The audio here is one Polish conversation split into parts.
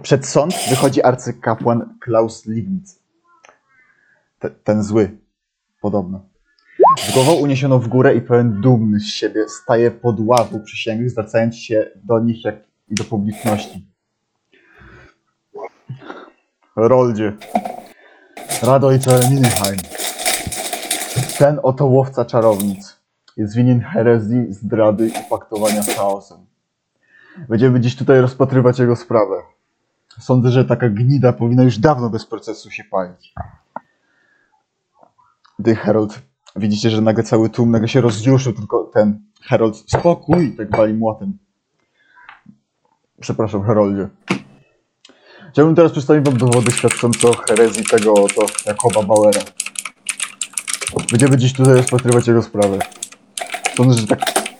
Przed sąd wychodzi arcykapłan Klaus Liebnitz. Ten zły, podobno. Z głową uniesioną w górę i pełen dumny z siebie staje pod ławą przysięgłych, zwracając się do nich jak i do publiczności. Heroldzie, rado ojca Minneheim, ten oto łowca czarownic jest winien herezji, zdrady i paktowania z chaosem. Będziemy dziś tutaj rozpatrywać jego sprawę. Sądzę, że taka gnida powinna już dawno bez procesu się palić. Gdy Herold, widzicie, że nagle cały tłum nagle się rozjuszył, tylko ten Herold, spokój, tak wali młotem. Przepraszam, Heroldzie. Chciałbym teraz przedstawić wam dowody świadczące o herezji tego oto Jakoba Bauera. Będziemy dziś tutaj rozpatrywać jego sprawę. Sądzę, że tak...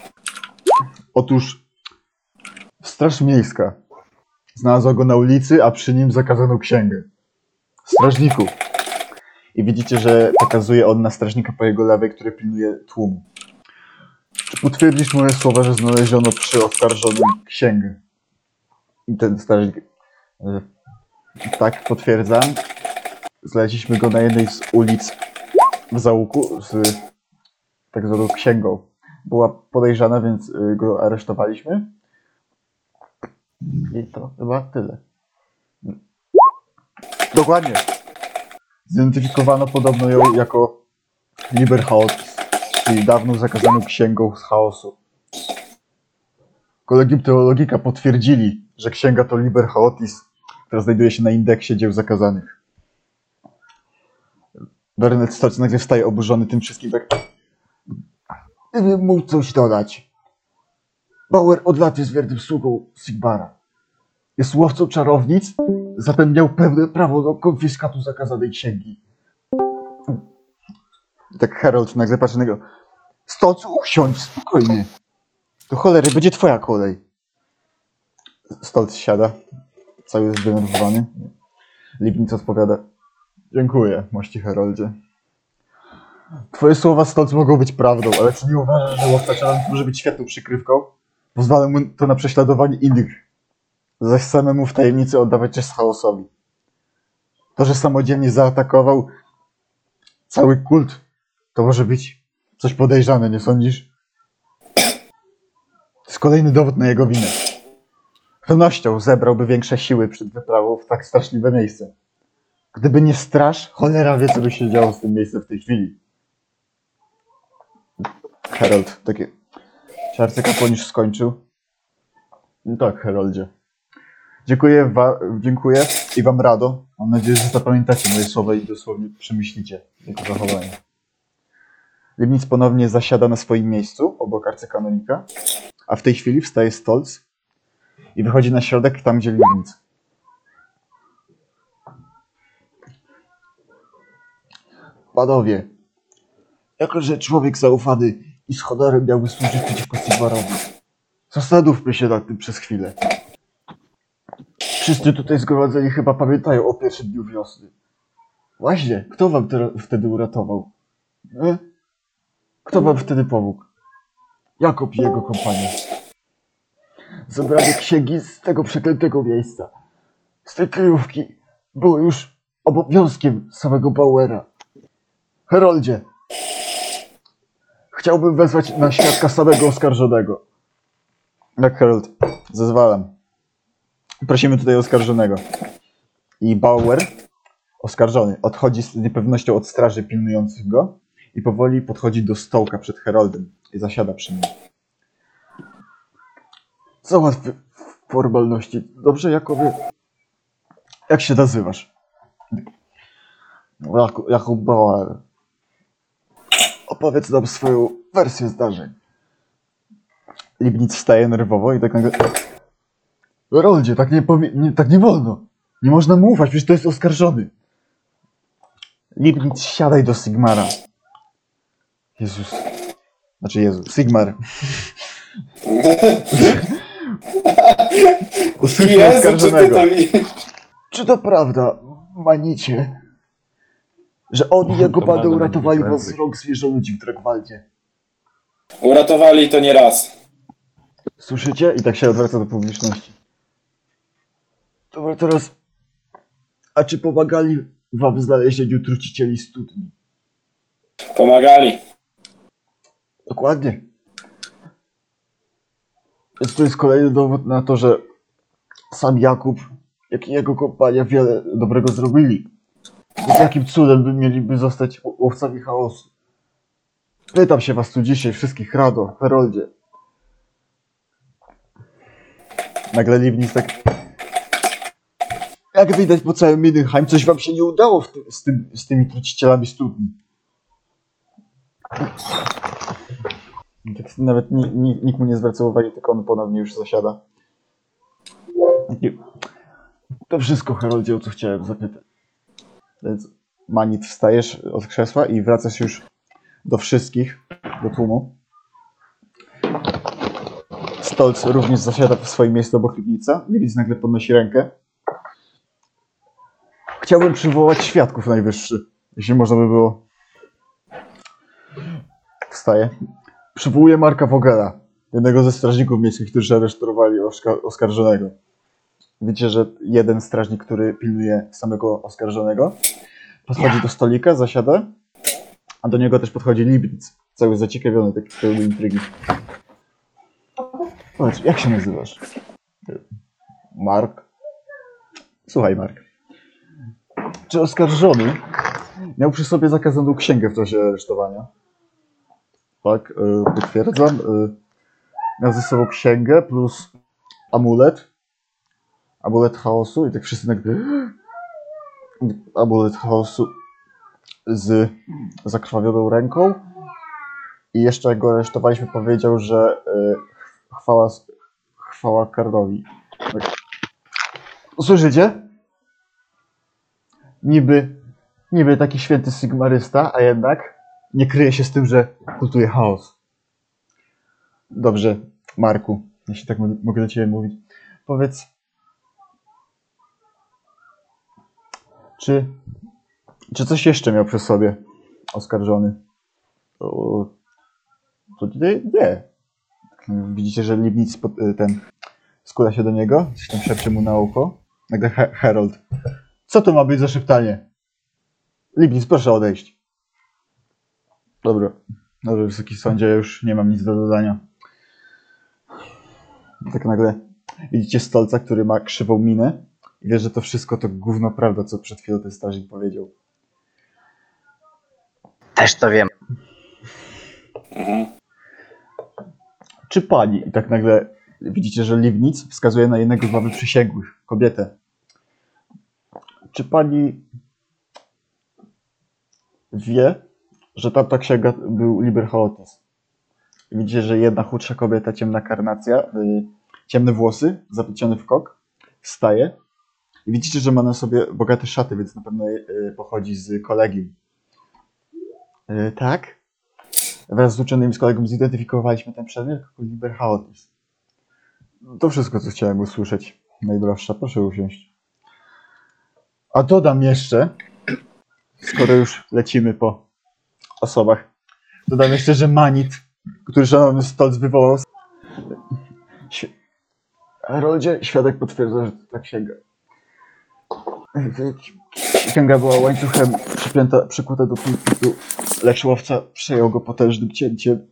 Otóż Straż Miejska znalazła go na ulicy, a przy nim zakazaną księgę. Strażniku. I widzicie, że pokazuje on na strażnika po jego lewej, który pilnuje tłumu. Czy potwierdzisz moje słowa, że znaleziono przy oskarżonym księgę? I ten strażnik... Tak, potwierdzam. Znaleźliśmy go na jednej z ulic w zaułku z tak zwaną księgą. Była podejrzana, więc go aresztowaliśmy. I to chyba tyle. Dokładnie. Zidentyfikowano podobno ją jako Liber Chaotis, czyli dawną zakazaną księgą z chaosu. Kolegium Teologika potwierdzili, że księga to Liber Chaotis, która znajduje się na indeksie dzieł zakazanych. Werner Stolz nagle wstaje oburzony tym wszystkim, tak... Gdybym mógł coś dodać. Bauer od lat jest wiernym sługą Sigmara. Jest łowcą czarownic, zatem miał pewne prawo do konfiskatu zakazanej księgi. Tak Harold nagle patrzy na niego. Stolcu, usiądź spokojnie. To cholery, będzie twoja kolej. Stolc siada, cały zdenerwowany. Liebnitz odpowiada. Dziękuję, mości Heroldzie. Twoje słowa, Stolc, mogą być prawdą, ale czy nie uważasz, że łowca czarownic może być świetną przykrywką? Pozwala mu to na prześladowanie innych, zaś samemu w tajemnicy oddawać cześć chaosowi. To, że samodzielnie zaatakował cały kult, to może być coś podejrzane, nie sądzisz? To jest kolejny dowód na jego winę. Z pewnością zebrałby większe siły przed wyprawą w tak straszliwe miejsce. Gdyby nie straż, cholera wie, co by się działo z tym miejscem w tej chwili. Harold, takie... Czy arcykapłan już skończył? No tak, Heroldzie. Dziękuję i wam rado. Mam nadzieję, że zapamiętacie moje słowa i dosłownie przemyślicie jego zachowanie. Liebnitz ponownie zasiada na swoim miejscu obok arcykanonika, a w tej chwili wstaje Stolz i wychodzi na środek tam, gdzie Liebnitz. Panowie, jako że człowiek zaufany i z honorem miałby służyć przeciwko Sigmarowi, zastanówmy się nad tym przez chwilę. Wszyscy tutaj zgromadzeni chyba pamiętają o pierwszym dniu wiosny. Właśnie, kto wam wtedy uratował? Kto wam wtedy pomógł? Jakob i jego kompania. Zabranie księgi z tego przeklętego miejsca, z tej kryjówki, było już obowiązkiem samego Bauera. Heroldzie, chciałbym wezwać na świadka samego oskarżonego. Jak Herold, zezwalam. Prosimy tutaj oskarżonego. I Bauer, oskarżony, odchodzi z niepewnością od straży pilnujących go i powoli podchodzi do stołka przed Heroldem i zasiada przy nim. Załatw formalności. Dobrze, Jakobie? Jak się nazywasz? Jakub Bauer. Opowiedz nam swoją wersję zdarzeń. Liebnitz wstaje nerwowo i tak nagle... Heroldzie, tak nie wolno. Nie można mu ufać, przecież to jest oskarżony. Liebnitz, siadaj do Sigmara. Jezus. Sigmar. Usłyszał oskarżonego. Czy to prawda, Manicie, że on i jego banda uratowali was z rąk zwierzoludzi w Dragwaldzie? Uratowali to nie raz. Słyszycie? I tak się odwraca do publiczności. Dobra, teraz... A czy pomagali wam w znalezieniu trucicieli studni? Pomagali. Dokładnie. Więc to jest kolejny dowód na to, że sam Jakub, jak i jego kompania wiele dobrego zrobili. Więc jakim cudem by mieliby zostać łowcami chaosu? Pytam się was tu dzisiaj, wszystkich Rado, Heroldzie. Nagle Leibniz tak... Jak widać po całym Mindenheim, coś wam się nie udało z tymi trucicielami studni. Tak nawet nikt mu nie zwraca uwagi, tylko on ponownie już zasiada. To wszystko, Heroldzie, o co chciałem zapytać. Więc Manit, wstajesz od krzesła i wracasz już do wszystkich, do tłumu. Stolz również zasiada w swoim miejscu obok Leibnica. Leibniz nagle podnosi rękę. Chciałbym przywołać świadków najwyższych, jeśli można by było. Wstaje. Przywołuję Marka Vogela, jednego ze strażników miejskich, którzy aresztowali oskarżonego. Wiecie, że jeden strażnik, który pilnuje samego oskarżonego, podchodzi do stolika, zasiada, a do niego też podchodzi Leibniz, cały zaciekawiony, taki pełny intrygi. Powiedz, jak się nazywasz? Mark? Słuchaj, Mark. Czy oskarżony miał przy sobie zakazaną księgę w czasie aresztowania? Tak, potwierdzam. Miał ze sobą księgę plus amulet. Amulet chaosu i tak wszyscy nagle... Amulet chaosu z zakrwawioną ręką. I jeszcze jak go aresztowaliśmy, powiedział, że chwała Karnowi. Tak. Słyszycie? Niby taki święty Sigmarysta, a jednak nie kryje się z tym, że kultuje chaos. Dobrze, Marku, jeśli tak mogę do ciebie mówić. Powiedz, czy coś jeszcze miał przy sobie oskarżony? To nie. Widzicie, że Leibniz składa się do niego, coś tam szepcze mu na ucho. Nagle Herold. Co to ma być za szeptanie? Leibniz, proszę odejść. Dobra, Wysoki Sądzie, ja już nie mam nic do dodania. Tak nagle widzicie Stolca, który ma krzywą minę i wie, że to wszystko to gówno prawda, co przed chwilą ten strażnik powiedział. Też to wiem. Czy pani? I tak nagle widzicie, że Leibniz wskazuje na jednego z ławy przysięgłych, kobietę. Czy pani wie, że tamta księga był Liber Chaotis? Widzicie, że jedna chudsza kobieta, ciemna karnacja, ciemne włosy, zaplecione w kok, wstaje. I widzicie, że ma na sobie bogate szaty, więc na pewno pochodzi z kolegium. Tak? Wraz z uczonymi z kolegą zidentyfikowaliśmy ten przedmiot jako Liber Chaotis. To wszystko, co chciałem usłyszeć. Najdroższa, proszę usiąść. A dodam jeszcze, skoro już lecimy po osobach, dodam jeszcze, że Manit, który szanowny Stolc wywołał... Heroldzie, świadek potwierdza, że to ta księga. Księga była łańcuchem przykuta do pulpitu, lecz łowca przejął go potężnym cięciem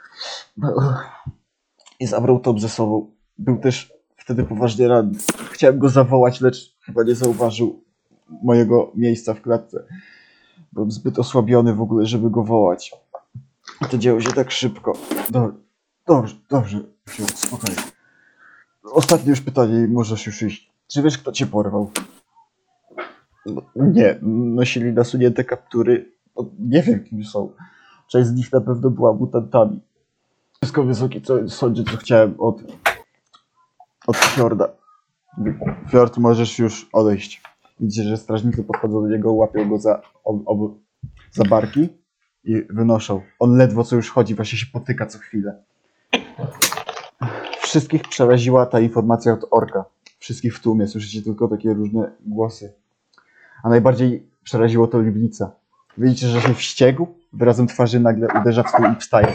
i zabrał tom ze sobą. Był też wtedy poważnie ranny. Chciałem go zawołać, lecz chyba nie zauważył mojego miejsca w klatce. Byłem zbyt osłabiony w ogóle, żeby go wołać. To działo się tak szybko. Dobrze, spokojnie. Ostatnie już pytanie i możesz już iść. Czy wiesz, kto cię porwał? Nie, nosili nasunięte kaptury. Nie wiem, kim są. Część z nich na pewno była mutantami. Wszystko, Wysoki Sądzie, co chciałem od Fjorda. Fjord, możesz już odejść. Widzicie, że strażnicy podchodzą do niego, łapią go za barki i wynoszą. On ledwo co już chodzi, właśnie się potyka co chwilę. Wszystkich przeraziła ta informacja od orka. Wszystkich w tłumie. Słyszycie tylko takie różne głosy. A najbardziej przeraziło to Leibnica. Widzicie, że się wściekł, wyrazem twarzy nagle uderza w stół i wstaje.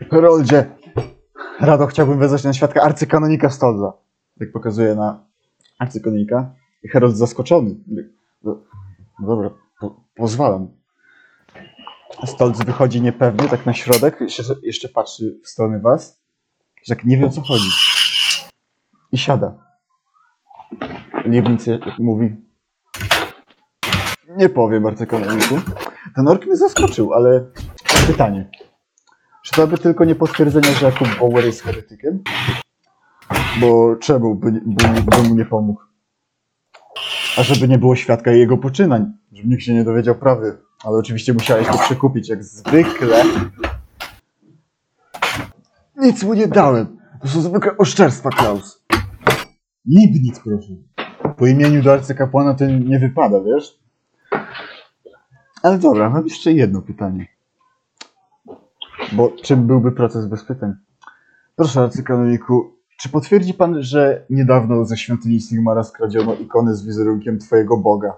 Heroldzie! Rado, chciałbym wezwać na świadka arcykanonika Stolza. Tak pokazuje na arcykanonika. I Harold zaskoczony. No dobra, pozwalam. Stolz wychodzi niepewnie, tak na środek, jeszcze patrzy w stronę was, że tak nie wie o co chodzi. I siada. Liebnic mówi: nie powiem, arcykanoniku. Ten ork mnie zaskoczył, ale pytanie. Czy to by tylko nie potwierdzenie, że Jakub Bauer jest heretykiem? Bo czemu by mu nie pomógł? A żeby nie było świadka jego poczynań, żeby nikt się nie dowiedział prawdy. Ale oczywiście musiałeś to przekupić, jak zwykle. Nic mu nie dałem. To są zwykłe oszczerstwa, Klaus. Liebnic, proszę. Po imieniu do arcykapłana to nie wypada, wiesz? Ale dobra, mam jeszcze jedno pytanie. Bo czym byłby proces bez pytań? Proszę, arcykanoniku, czy potwierdzi pan, że niedawno ze świątyni Sigmara skradziono ikonę z wizerunkiem twojego Boga?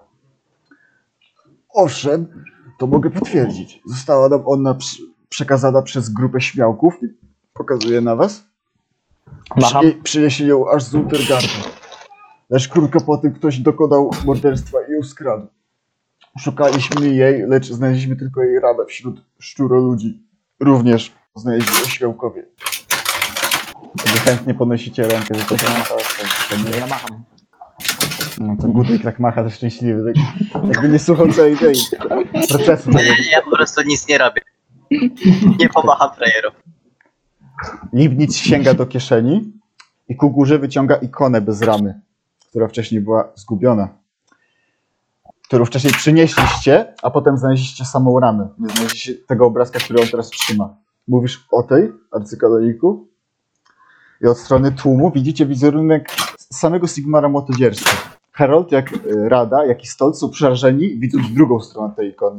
Owszem, to mogę potwierdzić. Została nam ona przekazana przez grupę śmiałków. Pokazuję na was. Przynieśli ją aż z Untergardu. Lecz krótko po tym ktoś dokonał morderstwa i ją skradł. Szukaliśmy jej, lecz znaleźliśmy tylko jej rabę wśród szczuroludzi. Również znaleźli ośmiałkowie. Wy chętnie podnosicie rękę, że to się macha. Ja macham. No to Gutek tak macha, to szczęśliwy. Tak, jakby nie słuchał całej tej procesu. Ja po prostu nic nie robię. Nie pomacham frajerom. Liebnic sięga do kieszeni i ku górze wyciąga ikonę bez ramy, która wcześniej była zgubiona. Którą wcześniej przynieśliście, a potem znaleźliście samą ramę. Nie znaleźliście tego obrazka, który on teraz trzyma. Mówisz o tej, arcykanoniku? I od strony tłumu widzicie wizerunek samego Sigmara Młotodzierstwa. Harold, jak Rada, jak i Stolz są przerażeni, widząc drugą stronę tej ikony.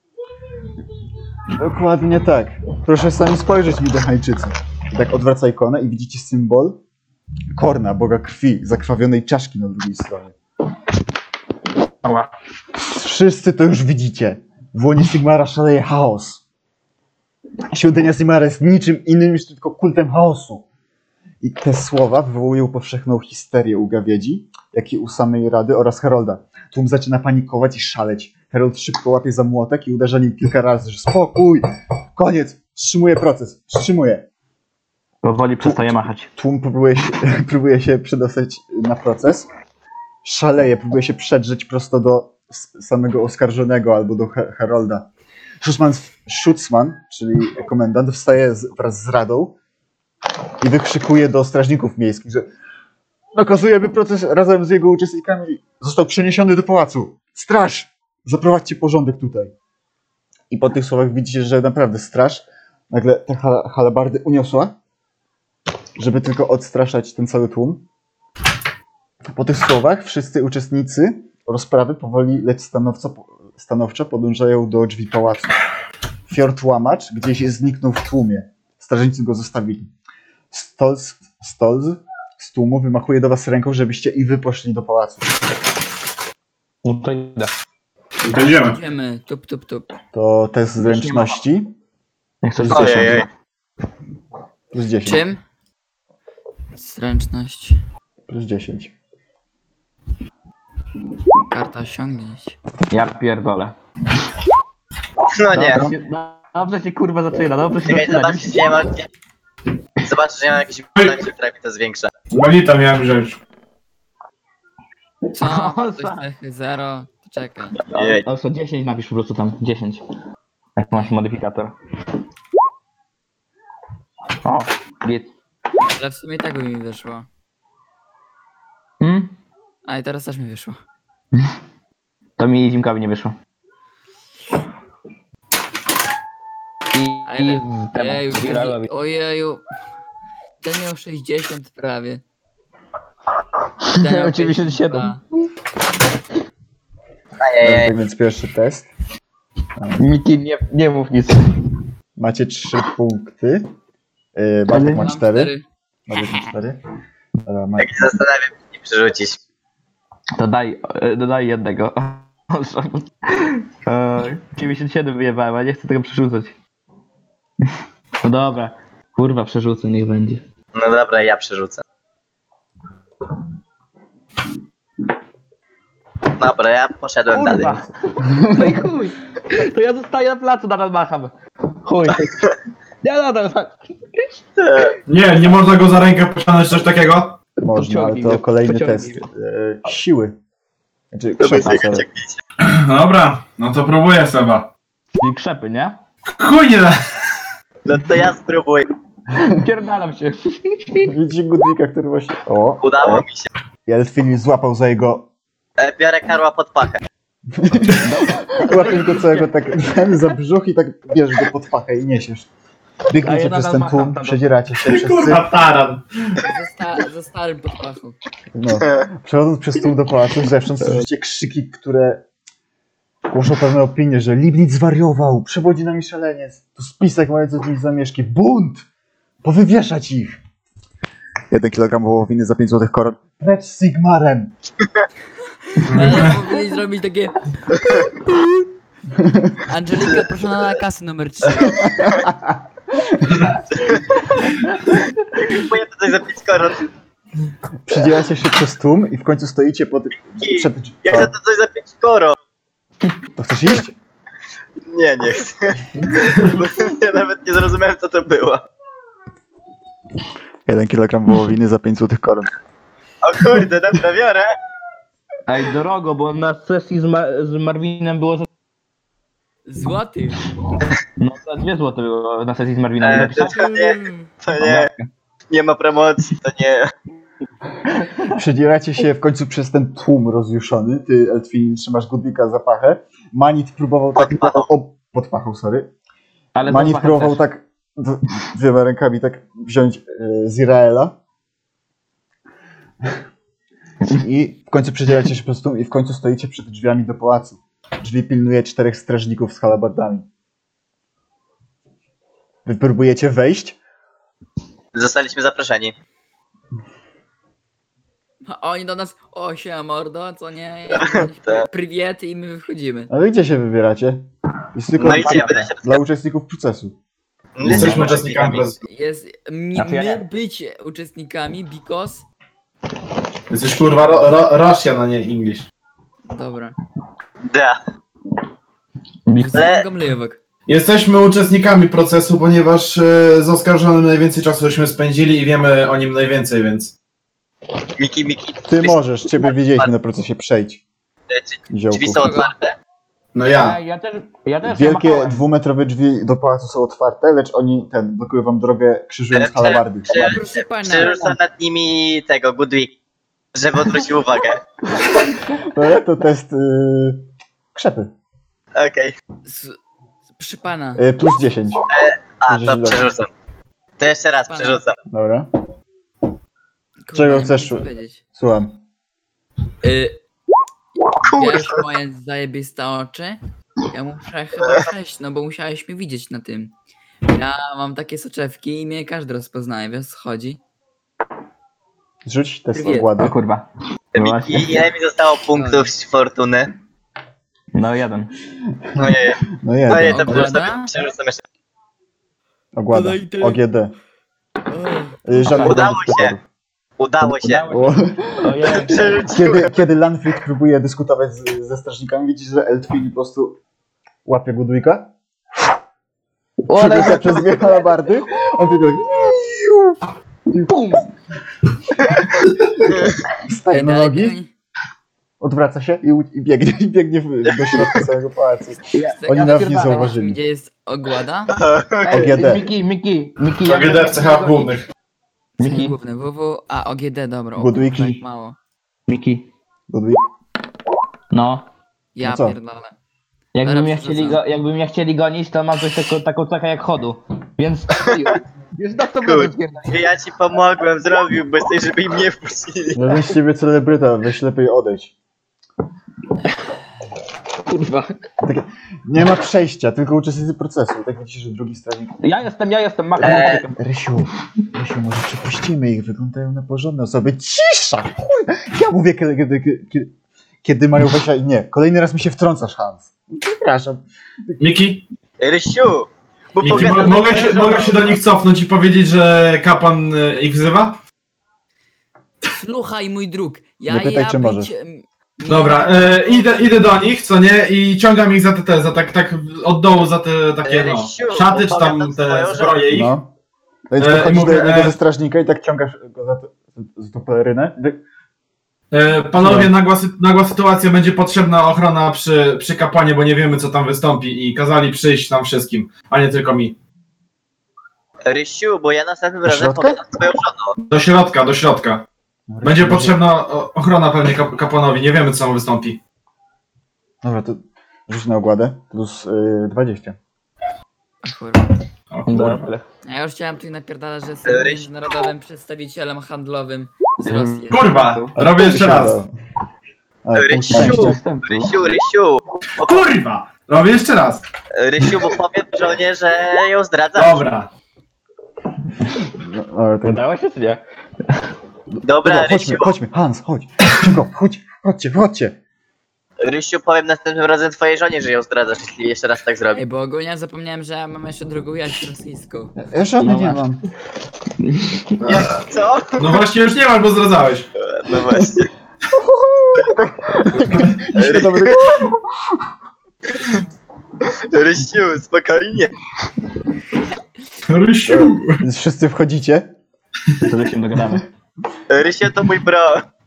Dokładnie tak. Proszę sami spojrzeć, Midechańczycy. I tak odwraca ikonę i widzicie symbol Korna, boga krwi, zakrwawionej czaszki na drugiej stronie. Ała. Wszyscy to już widzicie. W łonie Sigmara szaleje chaos. Świątynia Sigmara jest niczym innym niż tylko kultem chaosu. I te słowa wywołują powszechną histerię u Gawiedzi, jak i u samej Rady oraz Harolda. Tłum zaczyna panikować i szaleć. Harold szybko łapie za młotek i uderza nim kilka razy, że spokój, koniec, wstrzymuje proces, wstrzymuje. Powoli przestaje machać. Tłum próbuje się przedostać na proces, szaleje, próbuje się przedrzeć prosto do samego oskarżonego albo do Harolda. Schutzmann, czyli komendant, wstaje wraz z Radą i wykrzykuje do strażników miejskich, że nakazuje, by proces razem z jego uczestnikami został przeniesiony do pałacu. Straż! Zaprowadźcie porządek tutaj. I po tych słowach widzicie, że naprawdę straż nagle te halabardy uniosła, żeby tylko odstraszać ten cały tłum. Po tych słowach wszyscy uczestnicy rozprawy powoli, lecz stanowczo podążają do drzwi pałacu. Fjord Łamacz gdzieś zniknął w tłumie. Strażnicy go zostawili. Stolz z tłumu wymachuje do was ręką, żebyście i wy poszli do pałacu. No to idę. Będziemy. Idziemy, tup. To test zręczności. Nie chcę Plus 10. Ojej. Plus 10. Czym? Zręczność. Plus 10. Karta osiągnięć. Ja pierdolę. No nie. Dobrze się kurwa zaczyna, dobrze się Czekaj, zaczyna. zobaczcie, czy ja mam... Zobaczę, że ja mam jakieś pytanie, które mi to zwiększa. Bonita miałem wziąć. Co? O, Coś tak. cechy 0? To czekaj. Ojej. To 10 napisz po prostu tam, 10. Jak masz modyfikator. O, git. Ale w sumie i tak by mi wyszło. A i teraz też mi wyszło. To mi i Zimkowi nie wyszło. A ile? temu, Ojeju, Wiralowi. ojeju. Ten miał 60 prawie. Ten miał 97. Ojej. Tak więc pierwszy test. Miki, nie mów nic. Macie 3 punkty. Bartek ma Mam 4. Bartek ma 4. Jak się zastanawiam, nie przerzucić. To dodaj jednego. 97 wyjebałem, a nie chcę tego przerzucać. No dobra. Kurwa, przerzucę, niech będzie. No dobra, ja przerzucę. Dobra, ja poszedłem dalej. Kurwa. No i chuj. To ja zostaję na placu, nadal macham. Chuj. Ja nadal macham. Nie można go za rękę pociągnąć, coś takiego? Można, ale Pociągnij to mnie, kolejny pociągnij test siły. Znaczy, To krzepy, będzie sorry. Dobra, no to próbuję Seba. Czyli krzepy, nie? Chuj nie da. No to ja spróbuję. Pierdalam się. Widzicie Goodwicka, który właśnie... O, Udało mi się. I Elfin złapał za jego... Biorę Karła pod pachę. Łapiesz go całego tak za brzuch i tak bierzesz go pod pachę i niesiesz. A Biegniecie ja przez nadal ten macham tłum, tam. przedzieracie się wszyscy. Kurwa, taran. Za starym podpachą. No. Przechodząc przez tłum do pałacu, zewsząd słyszycie krzyki, które głoszą pewne opinie, że Libnic zwariował, przewodzi nami szaleniec, to spisek mający z nich zamieszki, bunt! Powywieszać ich! 1 kilogram wołowiny za 5 złotych koron. Precz z Sigmarem! Ale powinien zrobić takie... Angelika, proszę na kasę numer 3. Kupuję to coś za 5 koron. Przedzieracie się przez tłum i w końcu stoicie przed... Ja chcę to coś za 5 koron. To chcesz iść? Nie, nie chcę. Bo ja nawet nie zrozumiałem, co to było. 1 kilogram wołowiny za 5 złotych koron. O kurde, dobra, biorę. Ej, drogo, bo na sesji z Marvinem było za... Złoty. No, za 2 złote było na sesji z Marvinem. To nie ma promocji, to nie. Przedzieracie się w końcu przez ten tłum rozjuszony. Ty, Elfin, trzymasz Goodwicka za pachę. Manit próbował tak... Pod pachą, sorry. Ale Manit to próbował też. tak dwiema rękami tak wziąć Ziraela. I w końcu przedzieracie się przez tłum i w końcu stoicie przed drzwiami do pałacu. Drzwi pilnuje 4 strażników z halabardami. Wy próbujecie wejść? Zostaliśmy zaproszeni. A oni do nas, o siema mordo, co nie? Tak. Prywiety i my wychodzimy. Ale gdzie się wybieracie? Jest tylko No idziemy, będę się dla uczestników procesu. Jesteśmy uczestnikami procesu. Jest Znaczy ja nie. my być uczestnikami, because... Jesteś kurwa Russian, a nie English. Dobra. Da. Gomlejowek. Jesteśmy uczestnikami procesu, ponieważ z oskarżonym najwięcej czasu żeśmy spędzili i wiemy o nim najwięcej, więc... Miki. Ty możesz, ciebie widzieliśmy na procesie, przejdź. Ziołku. Drzwi są otwarte? No ja. Ja też Wielkie zamachałem. 2-metrowe drzwi do pałacu są otwarte, lecz oni blokują wam drogę, krzyżując halabardy. Proszę pana. Przerzucam nad nimi tego Goodwick, żeby odwrócił uwagę. To test krzepy. Okej. Proszę pana. Plus 10. A, Będziesz to źle. przerzucam. To jeszcze raz przerzucam. Dobra. Kurwa, Czego nie chcesz? mogę powiedzieć. Słucham. Wiesz moje zajebiste oczy? Ja muszę chyba przejść, no bo musiałeś mnie widzieć na tym. Ja mam takie soczewki i mnie każdy rozpoznaje, wiesz o co chodzi? Zrzuć test Привет. ogłady. O kurwa. No właśnie. Miki, ile mi zostało punktów z fortuny? No 1. Ojej. No nie, No nie, to Ogłada? przerzucam jeszcze. ogłada. Podaj ty. OGD. O, Żadnych Udało błędów się. wyborów. Udało się. O, Ojej. Kiedy Lanfrid próbuje dyskutować ze strażnikami, widzisz, że Elfin po prostu łapie Goodwicka, przerzuca przez dwie halabardy, on tylko tak Pum! wstaje na daleko nogi, odwraca się i biegnie do środka całego pałacu. Oni Ja nawet nie spierdalam. zauważyli. Gdzie jest ogłada? OGD. Miki. AGD w cechach głównych. Miki. Główne WW, a OGD, dobra. Goodwicki. Tak mało. Miki. Goodwick. No. Ja No co? pierdolę. Jakby Dobra, mnie, przerzucam. jakby mnie chcieli gonić, to mam coś taką cechę jak chodu. Więc... Jest na 100% pierdolę. Ja ci pomogłem, zrobiłbyś coś, żeby im nie wpuścili. No więc ciebie celebryta, weź lepiej odejść. Kurwa. Nie ma przejścia, tylko uczestnicy procesu. Tak widzisz, że drugi strażnik... Ja jestem macham. Rysiu, może przepuścimy ich, wyglądają na porządne osoby. Cisza! Chuj! Ja mówię, kiedy mają wejść, a nie. Kolejny raz mi się wtrącasz, Hans. Przepraszam. Miki? Rysiu! Bo Miki, pogadam- mogę się do nich cofnąć i powiedzieć, że kapan ich wzywa? Słuchaj, mój druk. Nie pytaj, czy możesz. Dobra, idę do nich, co nie? I ciągam ich za te tak od dołu za te takie no, Rysiu, szaty czy tam opowiadam te swoją zbroje ich. No. Więc I podchodzisz do mówię, jednego ze strażnika i tak ciągasz go za tą pelerynę. Panowie, nagła sytuacja, będzie potrzebna ochrona przy kapłanie, bo nie wiemy co tam wystąpi i kazali przyjść nam wszystkim, a nie tylko mi. Rysiu, bo ja następnym Do razem środka? pogadam z twoją żoną. Do środka. Będzie potrzebna ochrona pewnie kapłanowi, nie wiemy co tam wystąpi. Dobra, to rzuć na ogładę. Plus 20. O kurwa. O kurwa. Dobra. A ja już chciałem tu napierdalać, że jestem międzynarodowym przedstawicielem handlowym z Rosji. Kurwa, robię jeszcze raz. Ale Rysiu. Rysiu, Kurwa, robię jeszcze raz. Rysiu, bo powiem żonie, że ją zdradzasz. Dobra. Ale to... Udało się czy nie? Dobra, Dobra, Rysiu, chodźmy, Hans, chodź. Szybko, chodźcie. Rysiu, powiem następnym razem twojej żonie, że ją zdradzasz, jeśli jeszcze raz tak zrobi. Ej, bo ogólnie zapomniałem, że ja mam jeszcze drugą jaźń rosyjską. Ja żadnej No nie właśnie. mam. Co? No właśnie już nie masz, bo zdradzałeś. No właśnie. Rysiu, spokojnie. Rysiu. Więc wszyscy wchodzicie. To się dogadamy. Rysiu to mój bro.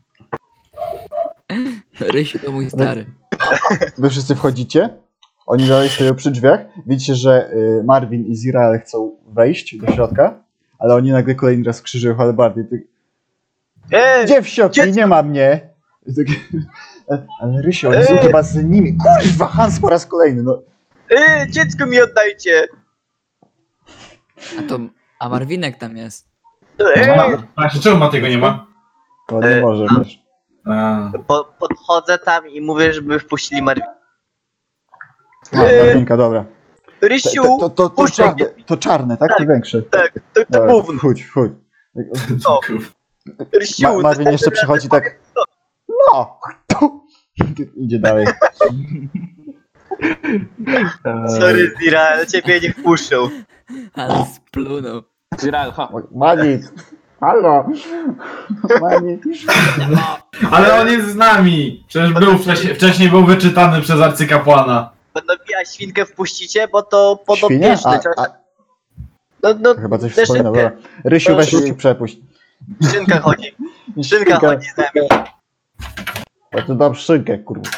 Rysiu to mój stary. Wy wszyscy wchodzicie. Oni dalej stoją przy drzwiach. Widzicie, że Marvin i Zirael chcą wejść do środka, ale oni nagle kolejny raz krzyżują halbardy. Gdzie w środku? dziecko! Nie ma mnie. I tak, ale Rysio, oni są chyba z nimi. Kurwa, Hans po raz kolejny. No. Dziecko mi oddajcie. A Marwinek tam jest. Właśnie, czemu Matego nie ma? To nie może, wiesz. A. Podchodzę tam i mówię, żeby wpuścili Marvin. Marvinka, dobra. Rysiu, puszczaj mnie. To czarne, tak? Tak. To większe. Tak, to Dobra, gówno. wchodź. Co? Kurwa. Rysiu, Marvin jeszcze przychodzi tak. No! Idzie dalej. Sorry, Zira, ciebie nie wpuszczą. Ale splunął. Ziral, ha. Manit! Halo! Manit! Ale on jest z nami. Przecież był wcześniej był wyczytany przez arcykapłana. Będą ja świnkę wpuścicie, bo to Świnia? podopieczne. A, No, chyba coś tę wspominał, szynkę. dobra. Rysiu, weź się przepuść. Szynka chodzi. Szynka chodzi z nami. Ja tu dam szynkę, kurwa.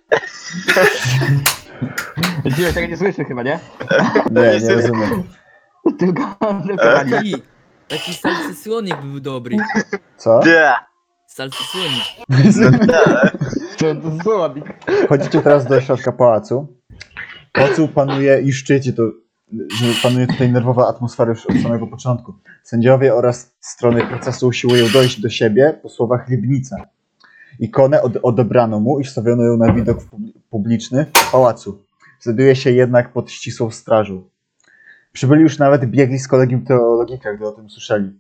Dziwek tego nie słyszy chyba, nie? Nie rozumiem. Tylko Taki salcy słonik był dobry. Co? Da. Salcy słonik. Da. to słownik. Wchodzicie teraz do środka pałacu. W pałacu panuje i szczycie to, że panuje tutaj nerwowa atmosfera już od samego początku. Sędziowie oraz strony procesu usiłują dojść do siebie po słowach Libnica. Ikonę odebrano mu i wstawiono ją na widok publiczny w pałacu. Znajduje się jednak pod ścisłą strażą. Przybyli już nawet biegli z kolegium teologika, gdy o tym słyszeli.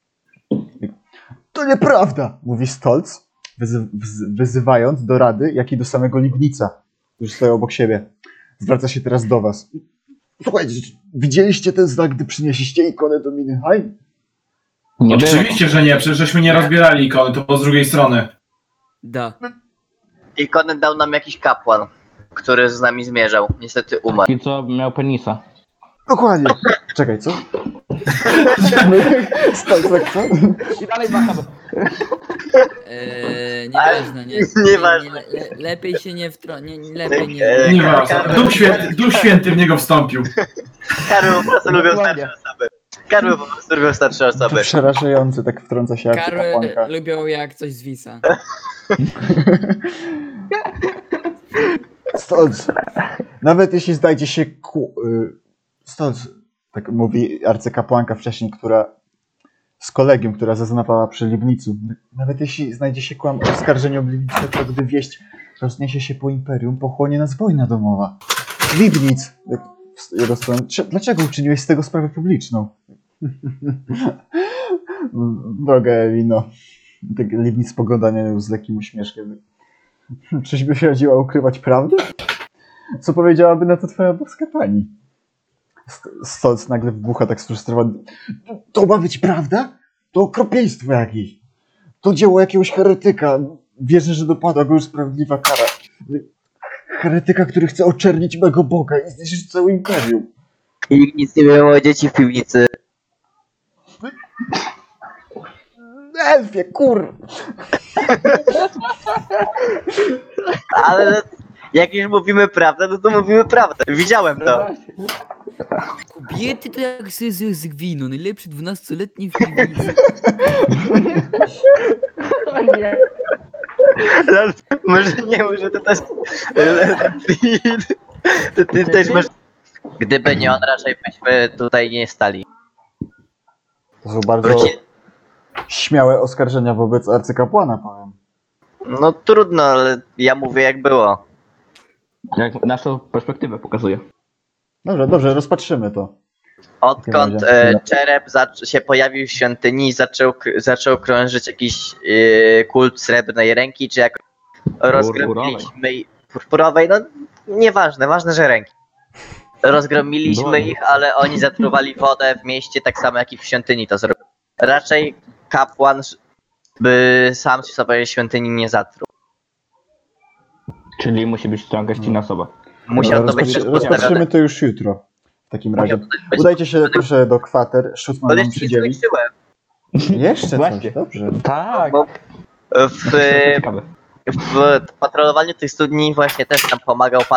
To nieprawda, mówi Stolz, wyzywając do rady, jak i do samego Libnica, którzy stoją obok siebie. Zwraca się teraz do was. Słuchajcie, widzieliście ten znak, gdy przynieśliście ikonę do Mindenheim? Nie było. Oczywiście, że nie. Przecież żeśmy nie rozbierali ikony, to było z drugiej strony. Da. Ikonę dał nam jakiś kapłan, który z nami zmierzał. Niestety umarł. Taki co miał penisa. Dokładnie. Czekaj, co? Stolz, tak, co? I dalej macham. Nieważne, nie. Nieważne. Lepiej się nie lepiej nie. Nieważne. Duch Święty w niego wstąpił. Karły po prostu lubią Dokładnie. starsze osoby. Karły po prostu lubią starsze To osoby. przerażające, tak wtrąca się Karły arcykapłanka. lubią jak coś zwisa. Stolz, nawet jeśli znajdzie się Stolz, tak mówi arcykapłanka wcześniej, która z kolegium, która zaznapała przy Libnicu. Nawet jeśli znajdzie się kłam oskarżenie o Libnicę, to gdy wieść rozniesie się po imperium, pochłonie nas wojna domowa. Libnic! Jego stronę. Dlaczego uczyniłeś z tego sprawę publiczną? Droga Ewino. Tak Libnic spogląda na nią z lekkim uśmieszkiem. Czyś by się radziła ukrywać prawdę? Co powiedziałaby na to twoja boska pani? Stolz nagle wybucha tak sfrustrowany. To ma być prawda? To okropieństwo jakieś. To dzieło jakiegoś heretyka. Wierzę, że dopadła go już sprawiedliwa kara. Heretyka, który chce oczernić mego Boga i zniszczyć całe imperium. I nic nie wiem o dzieci w piwnicy. Elfie, kur... Ale jak już mówimy prawdę, no to mówimy prawdę. Widziałem to. Kobiety to jak z gwinu, najlepszy 12-letni w piwnicy. O nie. Może nie, może to też... Ty też masz... Gdyby nie on, raczej byśmy tutaj nie stali. To są bardzo Wróci... śmiałe oskarżenia wobec arcykapłana, powiem. No trudno, ale ja mówię jak było. Jak naszą perspektywę pokazuje. Dobrze, dobrze, rozpatrzymy to. Odkąd W takim razie. Czerep się pojawił w świątyni, zaczął krążyć jakiś kult srebrnej ręki, czy jak rozgromiliśmy purpurowej, no nieważne, ważne, że ręki. Rozgromiliśmy ich, ale oni zatruwali wodę w mieście tak samo jak i w świątyni to zrobili. Raczej kapłan by sam sobie świątyni nie zatruł. Czyli musi być to agresywna osoba. Musiał to być też Rozpatrzymy postawione. to już jutro. W takim razie. Musiał to być- Udajcie się proszę do kwater, Szucman Ale wam jeszcze nie przydzieli. skończyłem. Jeszcze Właśnie. coś, dobrze. Tak. Bo w, Ciekawe. w patrolowaniu tych studni właśnie też nam pomagał pan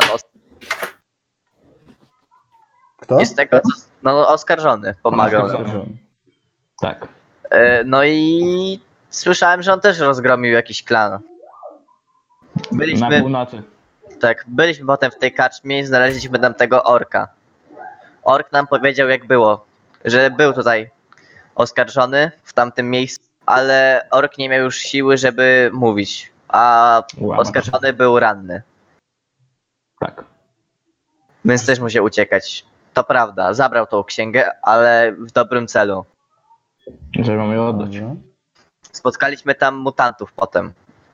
Kto? z tego, co, no oskarżony pomagał. Oskarżony. Tak. No i słyszałem, że on też rozgromił jakiś klan. Na Byliśmy, północy. tak, byliśmy potem w tej karczmie i znaleźliśmy tam tego orka. Ork nam powiedział jak było, że był tutaj oskarżony w tamtym miejscu, ale ork nie miał już siły, żeby mówić, a Łamać. oskarżony był ranny, Tak. więc też musiał uciekać. To prawda, zabrał tą księgę, ale w dobrym celu. Żeby mam ją oddać. Dobrze. Spotkaliśmy tam mutantów potem.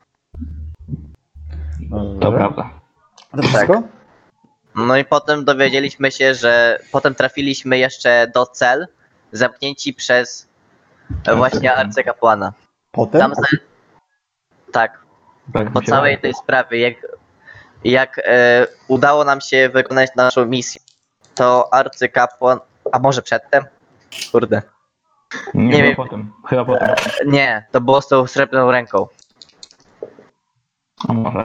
To Dobrze. prawda. To wszystko? No i potem dowiedzieliśmy się, że potem trafiliśmy jeszcze do cel zamknięci przez właśnie arcykapłana. Potem? Tam tak, Tak po mi się całej wydaje. tej sprawie, jak udało nam się wykonać naszą misję, to arcykapłan, a może przedtem? Kurde. Nie, nie chyba wiem. potem. Chyba potem. Nie, to było z tą srebrną ręką. A może.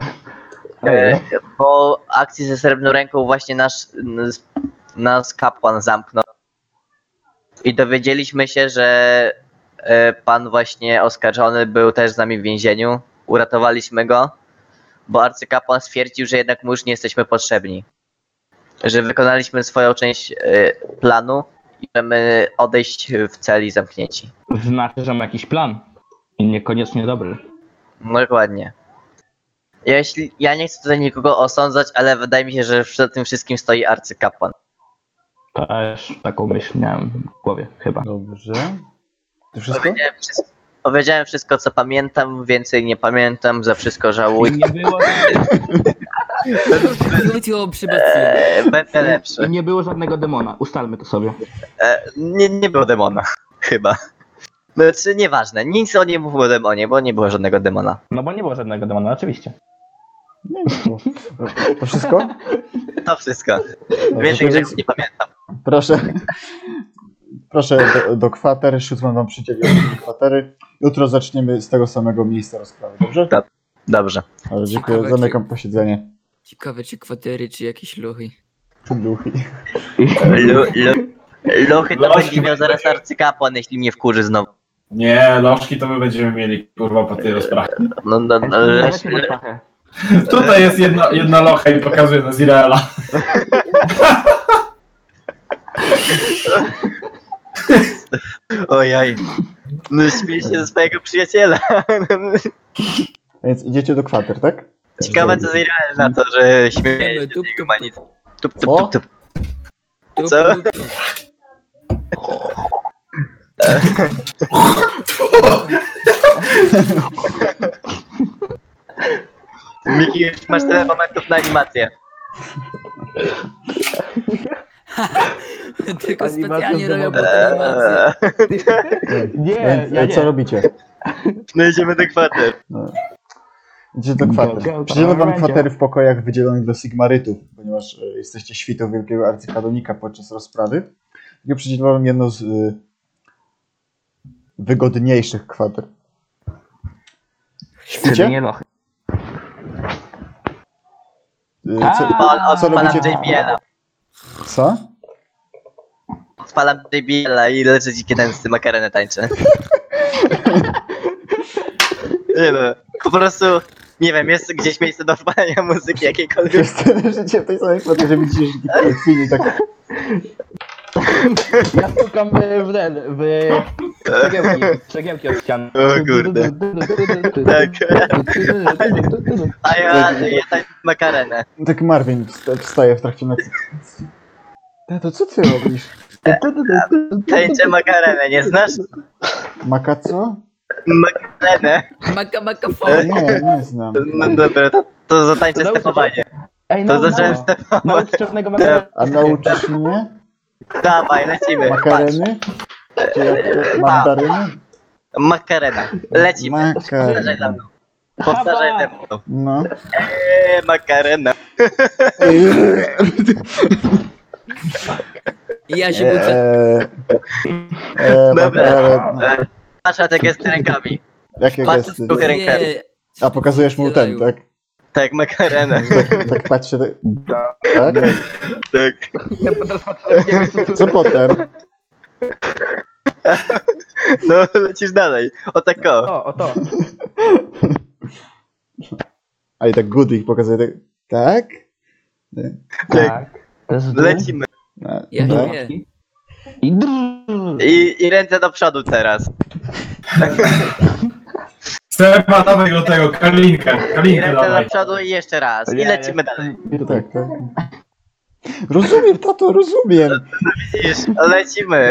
Po akcji ze srebrną ręką właśnie nas kapłan zamknął. I dowiedzieliśmy się, że pan właśnie oskarżony był też z nami w więzieniu. Uratowaliśmy go, bo arcykapłan stwierdził, że jednak mu już nie jesteśmy potrzebni. Że wykonaliśmy swoją część planu i możemy odejść w celi zamknięci. Znaczy, że ma jakiś plan. I niekoniecznie dobry. No dokładnie. Ja nie chcę tutaj nikogo osądzać, ale wydaje mi się, że przed tym wszystkim stoi arcykapłan. Też taką myśl miałem w głowie, chyba. Dobrze. To wszystko? Powiedziałem wszystko, co pamiętam, więcej nie pamiętam, za wszystko żałuję. I nie było, Wróciło przybacuje. Będę lepszy. i nie było żadnego demona. Ustalmy to sobie. Nie było demona, chyba. Znaczy, nieważne, nic o nie mówił o demonie, bo nie było żadnego demona. No bo nie było żadnego demona, oczywiście. Nie, nie było. To wszystko? To wszystko. Dobrze, Więcej to rzeczy więc nie pamiętam. proszę. Proszę do kwatery, Szucman wam przydzieli kwatery. Jutro zaczniemy z tego samego miejsca rozprawy, dobrze? Tak. Dobrze. Ale dziękuję, Ciekawe, zamykam posiedzenie. Ciekawe czy kwatery, czy jakieś lochy. Duchy. Lochy to będzie miał zaraz arcykapłan, jeśli mnie wkurzy znowu. Nie, lożki to my będziemy mieli, kurwa, po tej rozprawie. No, Dajcie pod pachę. Tutaj jest jedna locha i pokazuje na Izraela. ojaj. No śmiej się ze swojego przyjaciela. Więc idziecie do kwater, tak? Ciekawe co Izrael na to, że śmieje się z Tup, jego tup, manit. Tup, tup, O. tup, tup. Tup, Co? tup, tup. Miki, już masz tyle momentów na animację. Tylko specjalnie Animacja robią domowa. pod animację. Nie, Więc co robicie? No idziemy do kwater. No. Idziecie do kwater. Przydzielono wam kwatery w pokojach wydzielonych do Sigmarytów, ponieważ jesteście świtą wielkiego arcykanonika podczas rozprawy. I przydzielono wam jedno z wygodniejszych kwater. Śpicie? Nie no. Co Odpalam robicie? JBL-a. Co? Odpalam JBL-a i lecę dzikie tańce, makarenę tańczę. Nie no, po prostu, nie wiem, jest gdzieś miejsce do odpalania muzyki jakiejkolwiek. Jest życie w tej samej kwaterze, widzisz, że taki chwili tak... Ja stukam w ten, w cegiełki od ścian. O kurde. Tak. A ja tańczę makarenę. Tak Marvin wstaje w trakcie nocy. To co ty robisz? Tańczę makarenę, nie znasz? Maka co? Makarenę. Makafon. Nie znam. No dobra, to zatańczę To nauczysz stepowanie. Ej, To no, zacząłem no. stepować. Naucz czarnego makaronu. A nauczysz mnie? Dawaj, lecimy. Patrz. Makareny? Czy jak to? Mandaryny? Makarena. Lecimy. Powtarzaj za Makarena. mną. Powtarzaj za mną. No. Makarena. I ja się budzę. Dobra. Makarena. Patrz na te gesty rękami. Jakie Patrz gesty? z ruchy rękami. Nie, A pokazujesz mu ten, tak? Tak, makarenę. Tak patrzcie. Tak? Tak. Ja teraz patrzę, nie wiem, Co potem? No, lecisz dalej. O tak o. O to. A i tak good ich pokazuje tak. Tak? Tak. Lecimy. ja Tak? śpię. I drrrr. I ręce do przodu teraz. Stepa, dawaj do tego, Kalinkę. I Kalinkę ręce do dawaj. przodu i jeszcze raz. I lecimy dalej. Tak, tak. Rozumiem, tato, rozumiem. Widzisz, lecimy.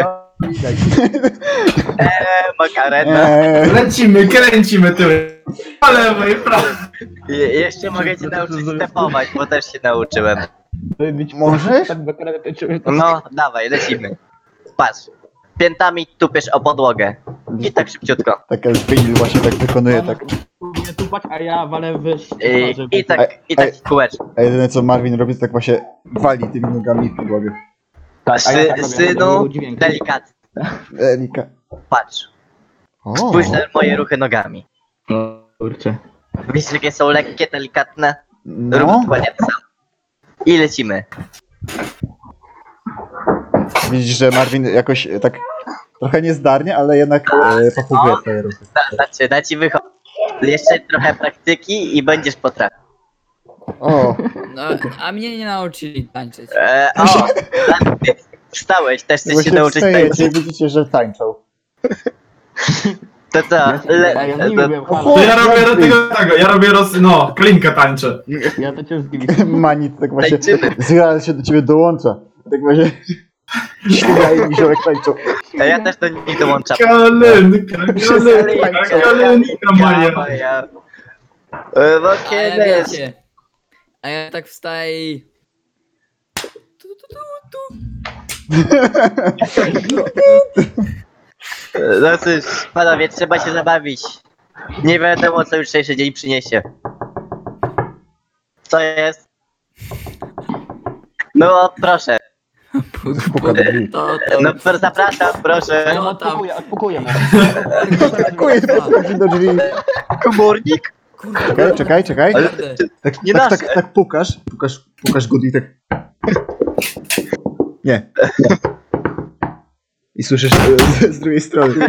Makarena. Lecimy, kręcimy tyły. Po lewej, prawej. Jeszcze mogę cię nauczyć stepować, bo też się nauczyłem. Możesz? Tak, makaronę tańczymy. No, dawaj, lecimy. Patrz. Piętami tupiesz o podłogę. I tak szybciutko. Tak Elfin właśnie tak wykonuje, tak. Nie tupać, a ja walę w I tak kółeczko. A jedyne co Marvin robi, to tak właśnie wali tymi nogami w podłogę. Tak, a ja tak robię, Synu, robię dźwięki. delikatnie. Elika. Patrz. O, Spójrz na moje ruchy nogami. No, kurczę. Widzisz, jakie są lekkie, delikatne? no. Rób dokładnie to samo. I lecimy. Widzisz, że Marvin jakoś tak trochę niezdarnie, ale jednak pochowuje twoje ruchy. Da ci wychodzić. Jeszcze trochę praktyki i będziesz potrafił. O, No, a mnie nie nauczyli tańczyć. O, wstałeś, też chcesz się właśnie nauczyć wstajecie, tańczyć. widzicie, że tańczą. To co? Ja nie wiem, halo. To ja robię do tego, ja robię no, Kalinkę tańczę. Ja to cię zdziwię. Manit tak właśnie Tańczymy. zgra się do ciebie dołącza. Tak właśnie śmieje mi ziołek tańczą. A ja też do nich dołączam. Kalenka moja. No Ale kiedy? wiecie, a ja tak wstaję i... Tu. No cóż, panowie, trzeba się zabawić. Nie wiadomo, co jutrzejszy dzień przyniesie. Co jest? No, proszę. Puka do drzwi. No, zapraszam, proszę. Ja mu odpukuję mu. Dziękuję, podchodzi do drzwi. Komornik? Kurwa, Czekaj. Ale Tak, nie tak, nasze. tak pukasz Goody, tak. Nie. I słyszysz z drugiej strony.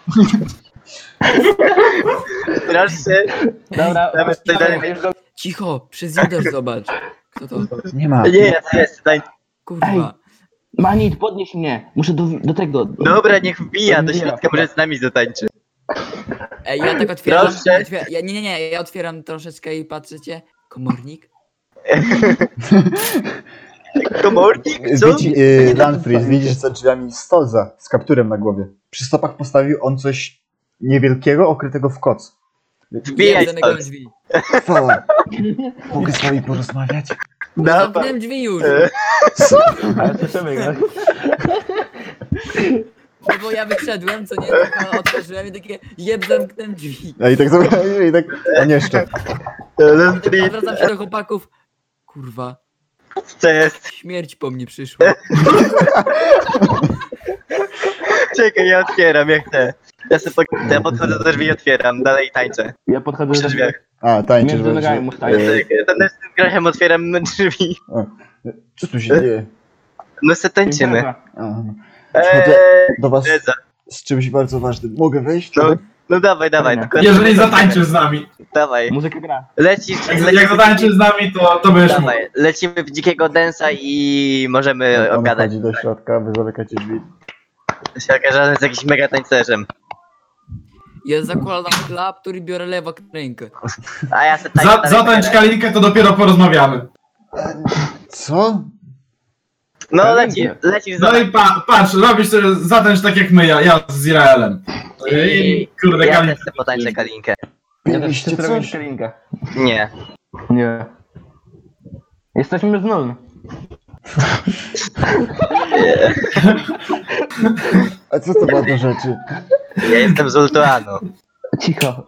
proszę. Dobra, Nawet tutaj dalej. już go... cicho, przez Judasz zobacz. Kto to? Nie ma. Nie, jest tutaj. Kurwa. Manit, podnieś mnie. Muszę do tego. Dobra, niech wbija do środka, może z nami zatańczy. Ej, ja tak otwieram. Proszę. Nie, ja otwieram troszeczkę i patrzycie. Komornik? Komornik? Co? Lanfrid, widzisz za drzwiami Stolza z kapturem na głowie. Przy stopach postawił on coś niewielkiego, okrytego w koc. Wbijaj Zamykam stąd. drzwi. Chwała. Mogę z wami porozmawiać? Zamknąłem drzwi już. Ale słyszymy go. No bo ja wyszedłem, co nie, tylko otworzyłem i takie jeb zamknąłem drzwi. A i tak, a nie jeszcze. Zwracam się do chłopaków. Kurwa, Co jest? śmierć po mnie przyszła. Czekaj, ja otwieram, jak chcę. Ja podchodzę do drzwi i otwieram, dalej tańczę. Ja podchodzę Przy do drzwiach. A, tańczysz Między nogami mu staję. Ten z tym grachem otwieram drzwi. Co tu się dzieje? No se tańczymy. A, no. Przychodzę do was Eza. z czymś bardzo ważnym. Mogę wejść? No, no dawaj, tylko Jeżeli zatańczysz z nami. Dawaj. Muzyka gra. Lecisz, Jak zatańczysz z nami, to będziesz mógł. Dawaj, lecimy w dzikiego densa i możemy On obgadać. wchodzi do środka, wy zamykacie drzwi. Się okaże, że on jest jakimś mega tańcerzem. Ja zakładam klaptur i biorę lewą rękę. A ja se tańczę. Zatańcz Kalinkę, to dopiero porozmawiamy. Co? No lecisz No i patrz, robisz sobie, zatańcz tak jak my, ja z Izraelem. I kurde, Ja Kalinka. też chcę potańczę Kalinkę. Ja też Mieliście chcę zrobić coś? kalinkę. Nie. Nie. Jesteśmy z nul. A co to ma do rzeczy? Ja jestem z Ultuanu. Cicho.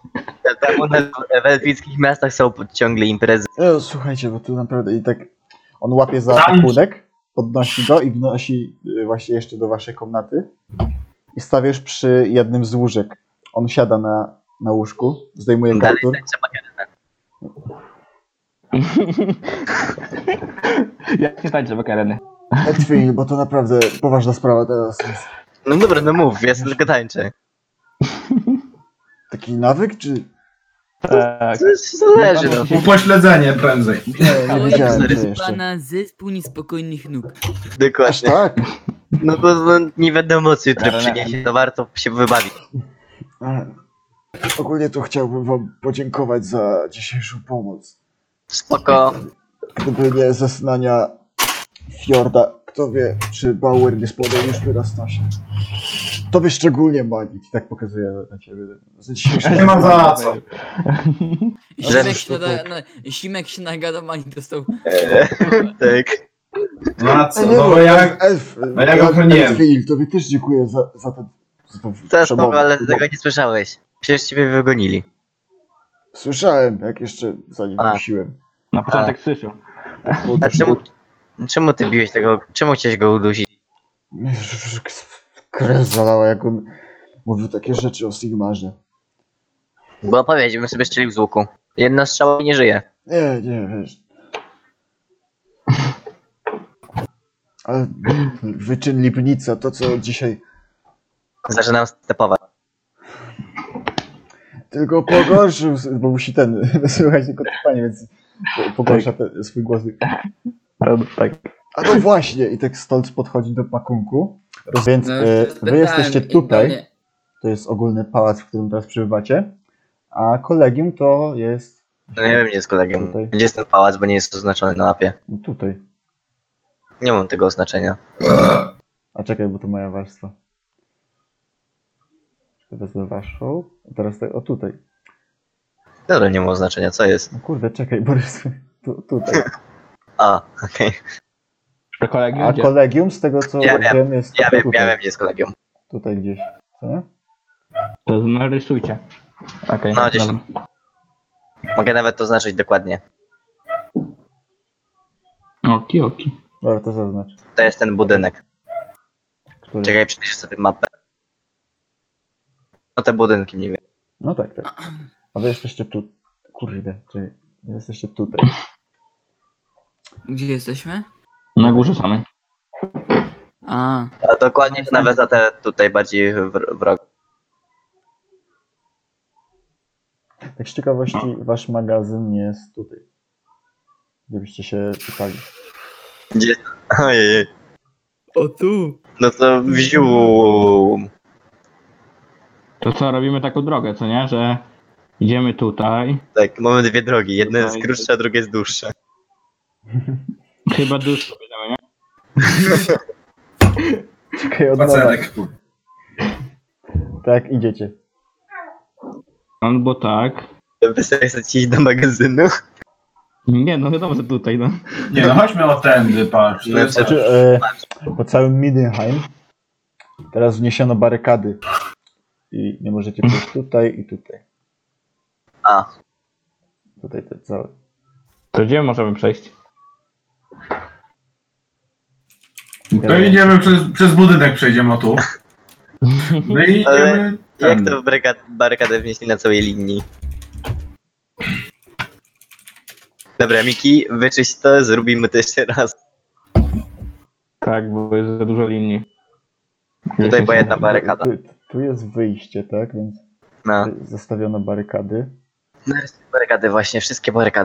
W elfickich miastach są ciągle imprezy. Słuchajcie, bo tu naprawdę i tak on łapie za Tańcz. pakunek, podnosi go i wnosi właśnie jeszcze do waszej komnaty i stawiasz przy jednym z łóżek. On siada na łóżku, zdejmuje Dalej kaptur. tańczę Makarena. Ja nie tańczę makareny. Chwilę, bo to naprawdę poważna sprawa teraz jest. No dobra, no mów, ja tylko tańczę. Taki nawyk, czy... Tak. To zależy, no. Upośledzenie prędzej. Nie wiedziałem, co jeszcze. Pana zespół niespokojnych nóg. Aż Dokładnie. tak? No bo nie wiadomo co jutro Ale- przyniesie, to warto się wybawić. Ogólnie to chciałbym wam podziękować za dzisiejszą pomoc. Spoko. Gdyby nie zeznania Fjorda, kto wie, czy Bauer nie spodał już by nas nosie. Tobie szczególnie magić, tak pokazuję na ciebie. Za dzisiejszą Nie ma za co. Simek się na gadowaniu dostał. Tak. Na co? Nie, No bo jak... Elf, a ja go chroniłem. Elfil, tobie też dziękuję za ten... To jest spoko, ale tego nie słyszałeś. Przecież ciebie wygonili. Słyszałem, jak jeszcze zanim A. wróciłem. Na początek słyszał. A czemu ty biłeś tego, czemu chciałeś go udusić? Krew zalała, jak on mówił takie rzeczy o Sigmarze. Bo opowiedz, bym sobie strzelił z łuku. Jedna strzała i nie żyje. Nie, wiesz. Ale wyczyn Lipnica, to co dzisiaj Zaczynam stepować. tylko pogorszył, bo musi słuchać tylko trwanie, więc pogorsza swój głos. Tak. A no właśnie, i tak Stolz podchodzi do pakunku. Więc No, wy jesteście tutaj, to jest ogólny pałac, w którym teraz przebywacie, a kolegium to jest No nie wiem, gdzie jest kolegiem. Tutaj. Gdzie jest ten pałac, bo nie jest oznaczony na mapie. no tutaj. Nie mam tego oznaczenia. A czekaj, bo to moja warstwa. Wezmę waszą, a teraz o tutaj. Dobra, nie ma oznaczenia, co jest? No kurde, czekaj, Borys, tutaj. A, okej. To kolegium A gdzie? kolegium, z tego co Ja wiem, wiem, jest Ja wiem, tutaj. ja wiem, gdzie jest kolegium. Tutaj gdzieś. Co nie? To narysujcie. Okej. No, gdzieś. dobra. Mogę nawet to oznaczyć dokładnie. Oki. Dobra, to zaznacz. To jest ten budynek. Który? Czekaj, przepiszę sobie mapę. No te budynki mniej więcej. No tak. A wy jesteście tu. Kurde, czekaj. Wy jesteście tutaj. Gdzie jesteśmy? Na górze samej. A, A dokładnie nawet za te tutaj bardziej w rogu. Tak z ciekawości, wasz magazyn jest tutaj. Gdybyście się pytali. Gdzie? Ojej. o tu. No to wziął. To co, robimy taką drogę, co nie? Że idziemy tutaj. Tak, mamy dwie drogi. Jedna jest Tutaj. krótsza, druga jest dłuższa. Chyba dużo bierzemy, nie? Czekaj, od nowa. Spacerek. Tak, idziecie. Albo tak. Wy sobie chcecie iść do magazynu? Nie, no wiadomo, że tutaj, no. Nie no, chodźmy o tędy, patrz. To jest... Znaczy, po całym Midenheim teraz wniesiono barykady. I nie możecie przejść tutaj i tutaj. A. Tutaj te całe. To gdzie możemy przejść? To idziemy przez budynek, przejdziemy o tu. No i Ale idziemy... jak to barykadę wnieśli na całej linii? Dobra, Miki, wyczyść to, zrobimy to jeszcze raz. Tak, bo jest za dużo linii. Tutaj była jedna barykada. Tu jest wyjście, tak? Więc No. zostawiono barykady. Barykady właśnie, wszystkie barykady.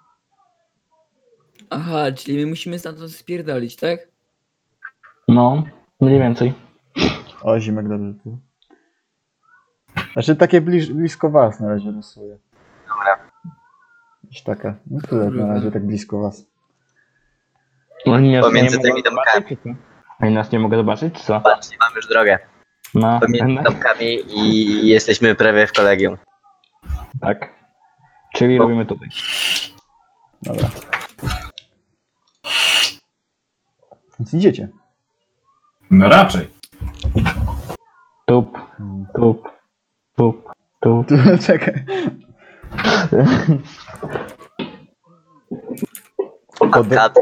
Aha, czyli my musimy stamtąd spierdolić, tak? No, mniej więcej. O, Zimek dobrze tu. Znaczy takie blisko was na razie rysuję. Dobra. Gdzieś taka. No tyle na razie tak blisko was. Oni nas Pomiędzy nie tymi mogą domkami. zobaczyć, czy co? Oni nas nie mogą zobaczyć, czy co? Patrzcie, mamy już drogę. No, Pomiędzy domkami i jesteśmy prawie w kolegium. tak. Czyli robimy tutaj. Dobra. Więc idziecie. No raczej. Tup, tup, tup, tup. Czekaj. Kat.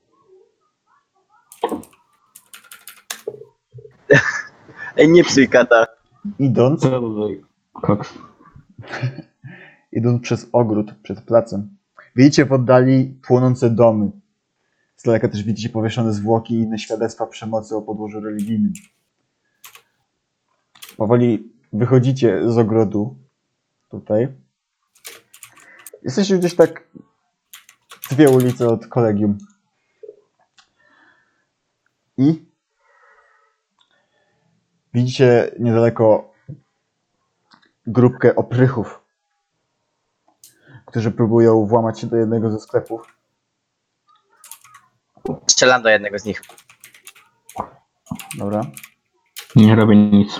Ej, nie psuj kata. Idąc, Co to za koks? idąc przez ogród, przed placem, widzicie w oddali płonące domy. Z daleka też widzicie powieszone zwłoki i inne świadectwa przemocy o podłożu religijnym. Powoli wychodzicie z ogrodu, tutaj. Jesteście gdzieś tak 2 ulice od kolegium. I widzicie niedaleko grupkę oprychów, którzy próbują włamać się do jednego ze sklepów. Strzelam do jednego z nich. Dobra. Nie robię nic.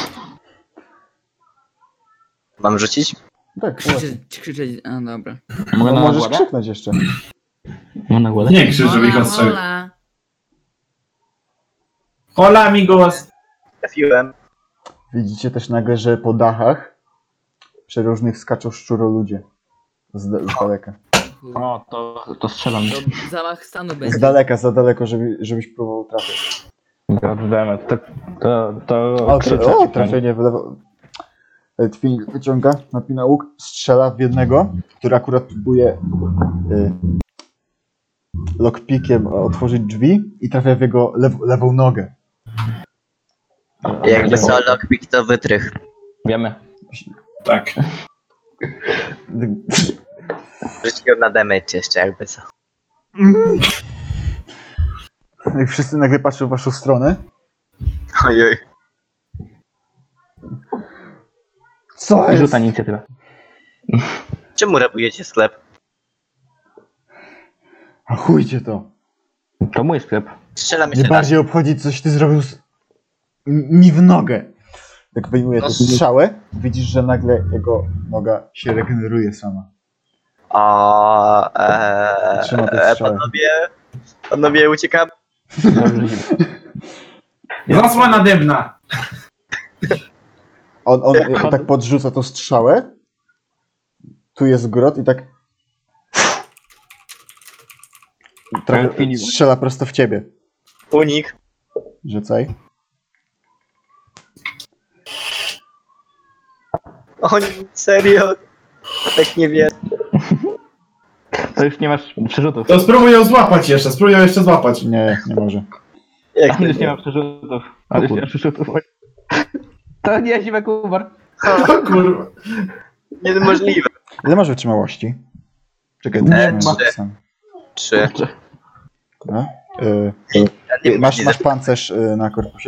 Mam rzucić? Tak, właśnie. Krzyczeć, a dobra. Mogę No, na możesz gładę? krzyknąć jeszcze. Mogę na gładę? Nie krzyż, żeby ich ostrzelił. Hola. Hola, amigos! Trafiłem. Widzicie też nagle, że po dachach przeróżnych skaczą szczuroludzie. Z daleka. O, to strzelam. To zamach stanu Z będzie. daleka, za daleko, żebyś próbował trafić. Goddammit, to O, krzyczeć. trafienie w lewo. Twink wyciąga, napina łuk, strzela w jednego, który akurat próbuje lockpickiem otworzyć drzwi i trafia w jego lewą nogę. Jakby co, lockpick to wytrych. Wiemy. Tak. Rzuciłem na damage jeszcze, jakby co. Jak wszyscy nagle patrzą w waszą stronę. Ojoj. Co jest? Rzuta inicjatywę. Czemu rabujecie sklep? A chujcie to. To mój sklep. Strzelam Mnie jeszcze raz. bardziej obchodzi, coś ty zrobił mi w nogę. Jak wyjmuje tę strzałę, widzisz, że nagle jego noga się regeneruje sama. O, Trzyma tę strzałę. panowie, uciekam. Zasłona dymna! On tak podrzuca tą strzałę. Tu jest grot i tak strzela prosto w ciebie. Unik. Rzucaj. O, serio? Tak nie wiem. To już nie masz przerzutów. To spróbuj ją złapać jeszcze, spróbuj ją jeszcze złapać. Nie może. Jak to Ale już nie nie? ma przerzutów. Ale już nie ma przerzutów. To nie Zimek Ubar. O kurwa. Niemożliwe. Ile masz wytrzymałości? Czekaj, trzy. sam. 3. No. Masz Masz pancerz na korpusie?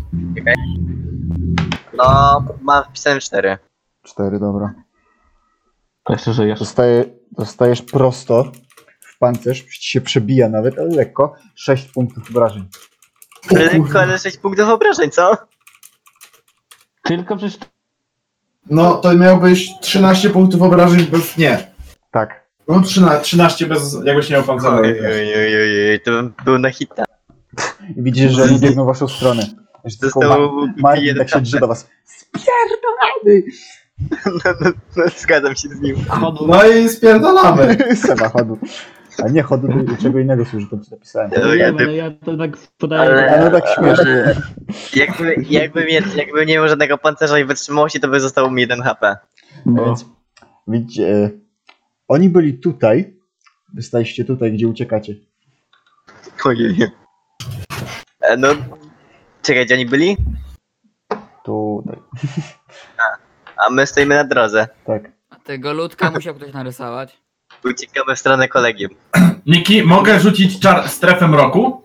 No, mam wpisane 4. 4, dobra. To jeszcze żyjesz. Dostajesz prosto w pancerz, ci się przebija nawet, ale lekko. 6 punktów obrażeń. Lekko, ale 6 punktów obrażeń, co? Tylko przecież... No to miałbyś 13 punktów obrażeń bez... nie. Tak. No 13 bez... jakbyś nie miał pancerza. Ojej, to bym był na hita. I widzisz, że oni biegną w waszą stronę. Że tylko Został Martin jeden tak się drze HP. do was. Spierdolony! No, zgadzam się z nim. Chodu. No i spierdolamy. Seba chodu. A nie chodu do czego innego służy, to ci napisałem. Wiem, ale ja to tak podaję. Ale tak śmiesznie. Jakby nie miał żadnego pancerza i wytrzymałości, to by zostało mi 1 HP. Więc widzicie, oni byli tutaj, wy staliście tutaj, gdzie uciekacie. Ojej. No, czekaj, gdzie oni byli? Tutaj, A my stoimy na drodze. tak. A tego ludka musiał ktoś narysować. Uciekamy w stronę kolegium. Niki, mogę rzucić strefę mroku?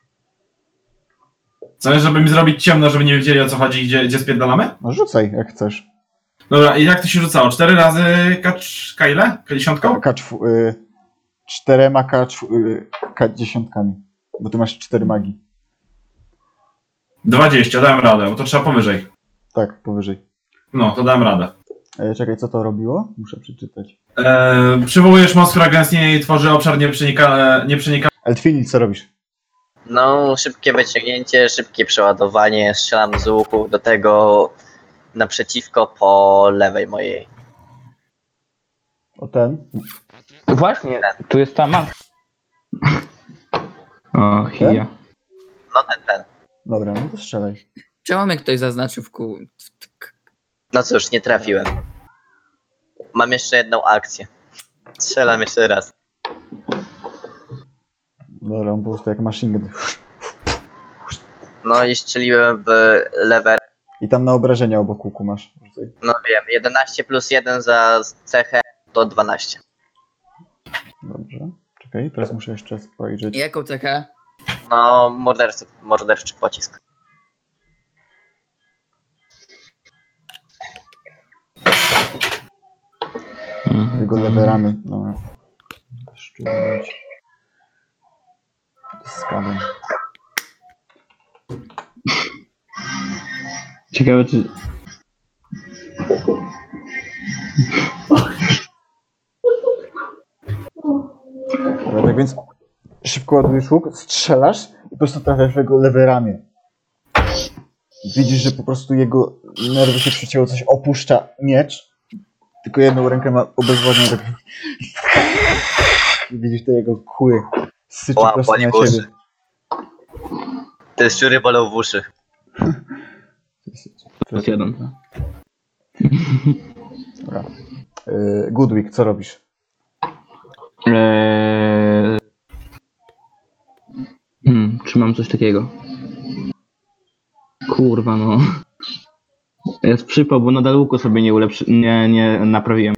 Co, żeby mi zrobić ciemno, żeby nie wiedzieli o co chodzi, gdzie spierdalamy? No rzucaj, jak chcesz. Dobra, i jak to się rzucało? 4 razy ile? K10? Czterema K10, bo ty masz 4 magii. 20, dałem radę, bo to trzeba powyżej. Tak, powyżej. No, to dałem radę. Czekaj, co to robiło? Muszę przeczytać. Przywołujesz moc, która gęstnieje i tworzy obszar nieprzenikany. Eltwini, co robisz? No, szybkie wyciągnięcie, szybkie przeładowanie, strzelam z łuku do tego naprzeciwko po lewej mojej. O ten? Właśnie, tu jest ta ma. O, hija. No ten. Dobra, no to strzelaj. Czemu mnie ktoś zaznaczył w kół? No cóż, nie trafiłem. Mam jeszcze jedną akcję. Strzelam jeszcze raz. Dobra, on po prostu jak machine gun. No i strzeliłem w lewe. I tam na obrażenia obok łuku masz. Rzucaj. No wiem, 11 plus 1 za cechę to 12. Dobrze. Czekaj, teraz muszę jeszcze spojrzeć. Jaką cechę? No, morderczy pocisk. Jego lewerami. Dobra. Szczuwać. Skadem. Ciekawe czy... Dobra, tak więc szybko ładujesz łuk, strzelasz i po prostu trafiasz w jego lewe ramię. Widzisz, że po prostu jego nerwy się przycięło, coś opuszcza miecz, tylko jedną rękę ma obezwładnią tak. I widzisz te jego kły syczy Ła, prosto boli na w uszy. ciebie. Te szczury bolą w uszy. Plus 1. Dobra. Goodwick, co robisz? Czy mam coś takiego? Kurwa no. Jest przypał, bo nadal łuku sobie nie naprawiłem.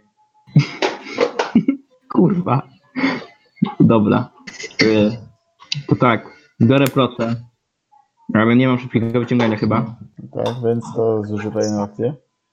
Kurwa. Dobra. To tak, biorę procę. Ale nie mam szybkiego wyciągania chyba. Tak, więc to zużywaj na akcję.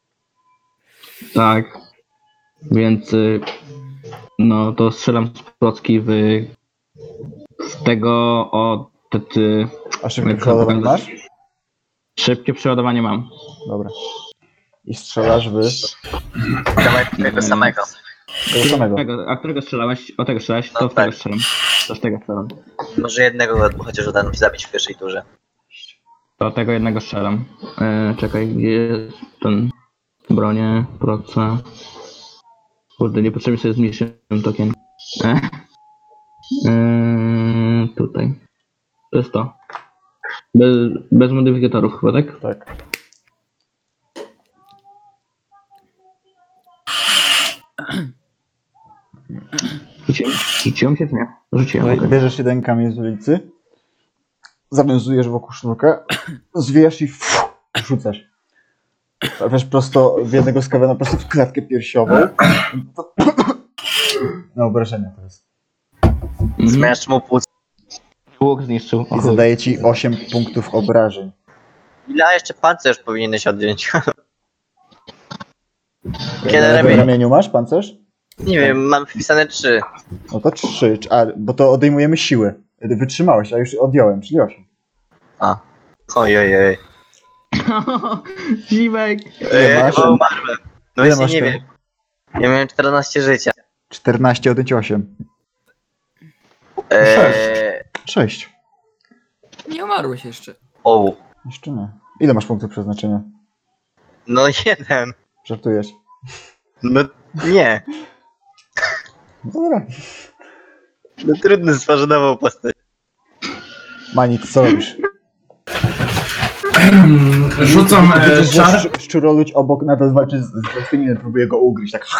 Tak. Więc no to strzelam z procki w tego o A szybkie Jak przeładowanie to masz? szybkie przeładowanie mam. Dobra. I strzelasz w Dawaj tego samego. tego samego. A którego strzelałeś? O tego strzelałeś? No To z tego tak. strzelam. To z tego strzelam. Może jednego chociaż uda nam się zabić w pierwszej turze. To tego jednego strzelam. Czekaj, gdzie jest ten bronie, proca. Kurde, niepotrzebnie sobie zmniejszyłem token. Tutaj. To jest to. Bez modyfikatorów chyba, tak? Tak. Rzuciłem się czy nie? Rzuciłem, okej. Bierzesz jeden kamień z ulicy, zawiązujesz wokół sznurka, zwijasz i rzucasz. Trafiasz prosto w jednego skawena, prosto w klatkę piersiową. Na obrażenia to jest. Zmiażdż mu płuc. Łuk zniszczył. I zadaje ci 8 punktów obrażeń. Ile jeszcze pancerz powinieneś odjąć? Kiedy Na ramię? ramieniu masz pancerz? Nie wiem, mam wpisane 3. No to 3, bo to odejmujemy siłę. Wytrzymałeś, a już odjąłem, czyli 8. A. Ojej. Dziwek! Ja masz? chyba umarłem. No Ile właśnie masz nie ten? wiem. Ja miałem 14 życia. 14 odjąć 8. 6. Nie umarłeś jeszcze. O, Jeszcze nie. Ile masz punktów przeznaczenia? no 1. Żartujesz. No nie. Dobra. No trudno stworzyć nową postać. Mani, ty co robisz? Rzucam Widzisz, że czar. szczuroludź obok nadal walczy z Delfinem, próbuje go ugryźć, tak.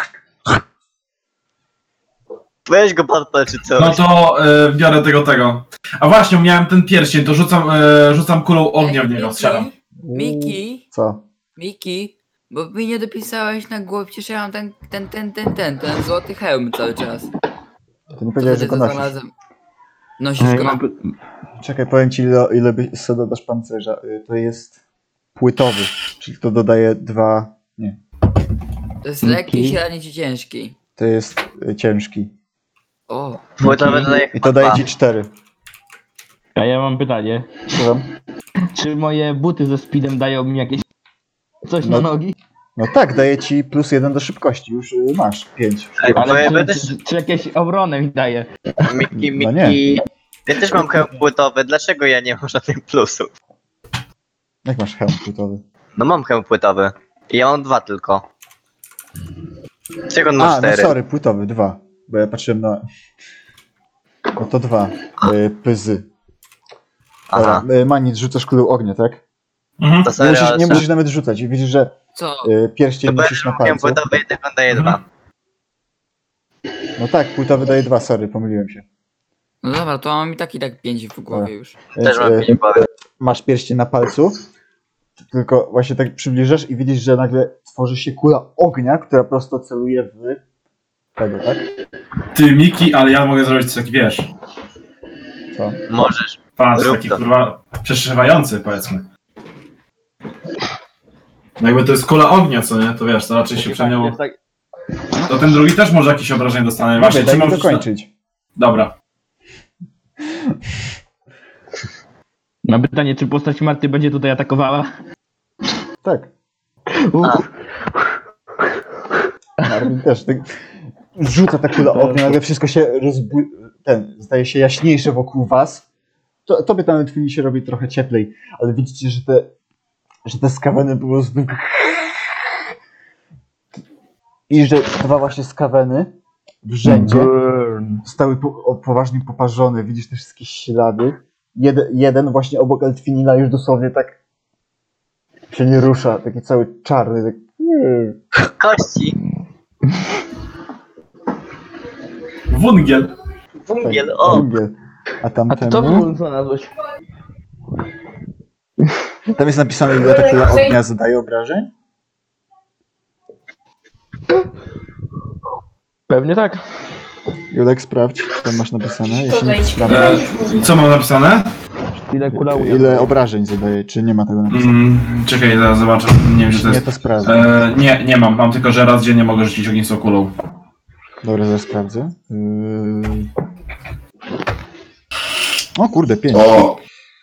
Weź go podpal czy coś. No to biorę tego. A właśnie, miałem ten pierścień, to rzucam kulą ognia w niego, strzelam. Miki, Co? Miki, bo mi nie dopisałeś na głowę, przecież ja mam ten złoty hełm cały czas. To nie powiedziałeś, że Wtedy go to nosisz. znalazłem. Nosisz go na... Czekaj, powiem ci ile by sobie dodasz pancerza. To jest płytowy, czyli to dodaje 2... Nie, To jest lekki, średni czy ciężki. to jest ciężki. O, Płytowy dodaje I to daje ci 4. A ja mam pytanie. Słucham? Czy moje buty ze speedem dają mi jakieś coś No. na nogi? No tak, daje ci +1 do szybkości, już masz 5. Ej, Ale bo ja czy jakieś obronę mi daje? Miki, No nie. Miki. Ja też mam hełm płytowy, dlaczego ja nie mam żadnych plusów? Jak masz hełm płytowy? No mam hełm płytowy. I ja mam 2 tylko. Czego on ma A, no 4? sorry, płytowy, 2. Bo ja patrzyłem na... No to 2. Pyzy. Aha. Dobra, Manit, rzucasz kulą ognia, tak? Mhm. To Nie sorry, musisz, ale nie musisz nawet rzucać. I widzisz, że co? pierścień to bo ja nosisz na mam hełm palcu. płytowy i tylko on daje 2. No tak, płytowy daje 2, sorry, pomyliłem się. No dobra, to mam i tak 5 w głowie już. Więc, Też mam 5 w głowie. masz pierścień na palcu, tylko właśnie tak przybliżasz i widzisz, że nagle tworzy się kula ognia, która prosto celuje w tego, tak? Ty, Miki, ale ja mogę zrobić coś, wiesz. Co? Możesz. Patrz, Rób taki to. kurwa przeszywający, powiedzmy. No jakby to jest kula ognia, co nie? To wiesz, to raczej się przed nią... Tak, To ten drugi też może jakieś obrażenie dostanie. Właśnie, Daj czy mi mam dokończyć. Dobra. mam pytanie, czy postać Marty będzie tutaj atakowała? Tak. Uff. Marvin też. Tak rzuca ta kula ognia, nagle wszystko się staje się jaśniejsze wokół was. Tobie tam w chwili się robi trochę cieplej, ale widzicie, że te skaweny po prostu... I że 2 właśnie skaweny w rzędzie zostały poważnie poparzone. Widzisz te wszystkie ślady. Jeden właśnie obok Eltwinila już dosłownie tak się nie rusza. Taki cały czarny. Tak... Kości. Wungiel. Wungiel, o. Węgiel. A A tamtemu... to był znalazłeś? Tam jest napisane, ile ta kula ognia zadaje obrażeń? Pewnie tak. Julek, sprawdź, co tam masz napisane. Jeśli nie, Wejdź. sprawdź. Co mam napisane? Ile kula Ile obrażeń zadaje, czy nie ma tego napisane? Czekaj, zaraz zobaczę. Nie wiem, gdzie to Nie, jest. to sprawdzę. Nie mam. Mam tylko, że raz dziennie mogę rzucić ognistą kulą. Dobra, zaraz sprawdzę. O kurde, 5. O!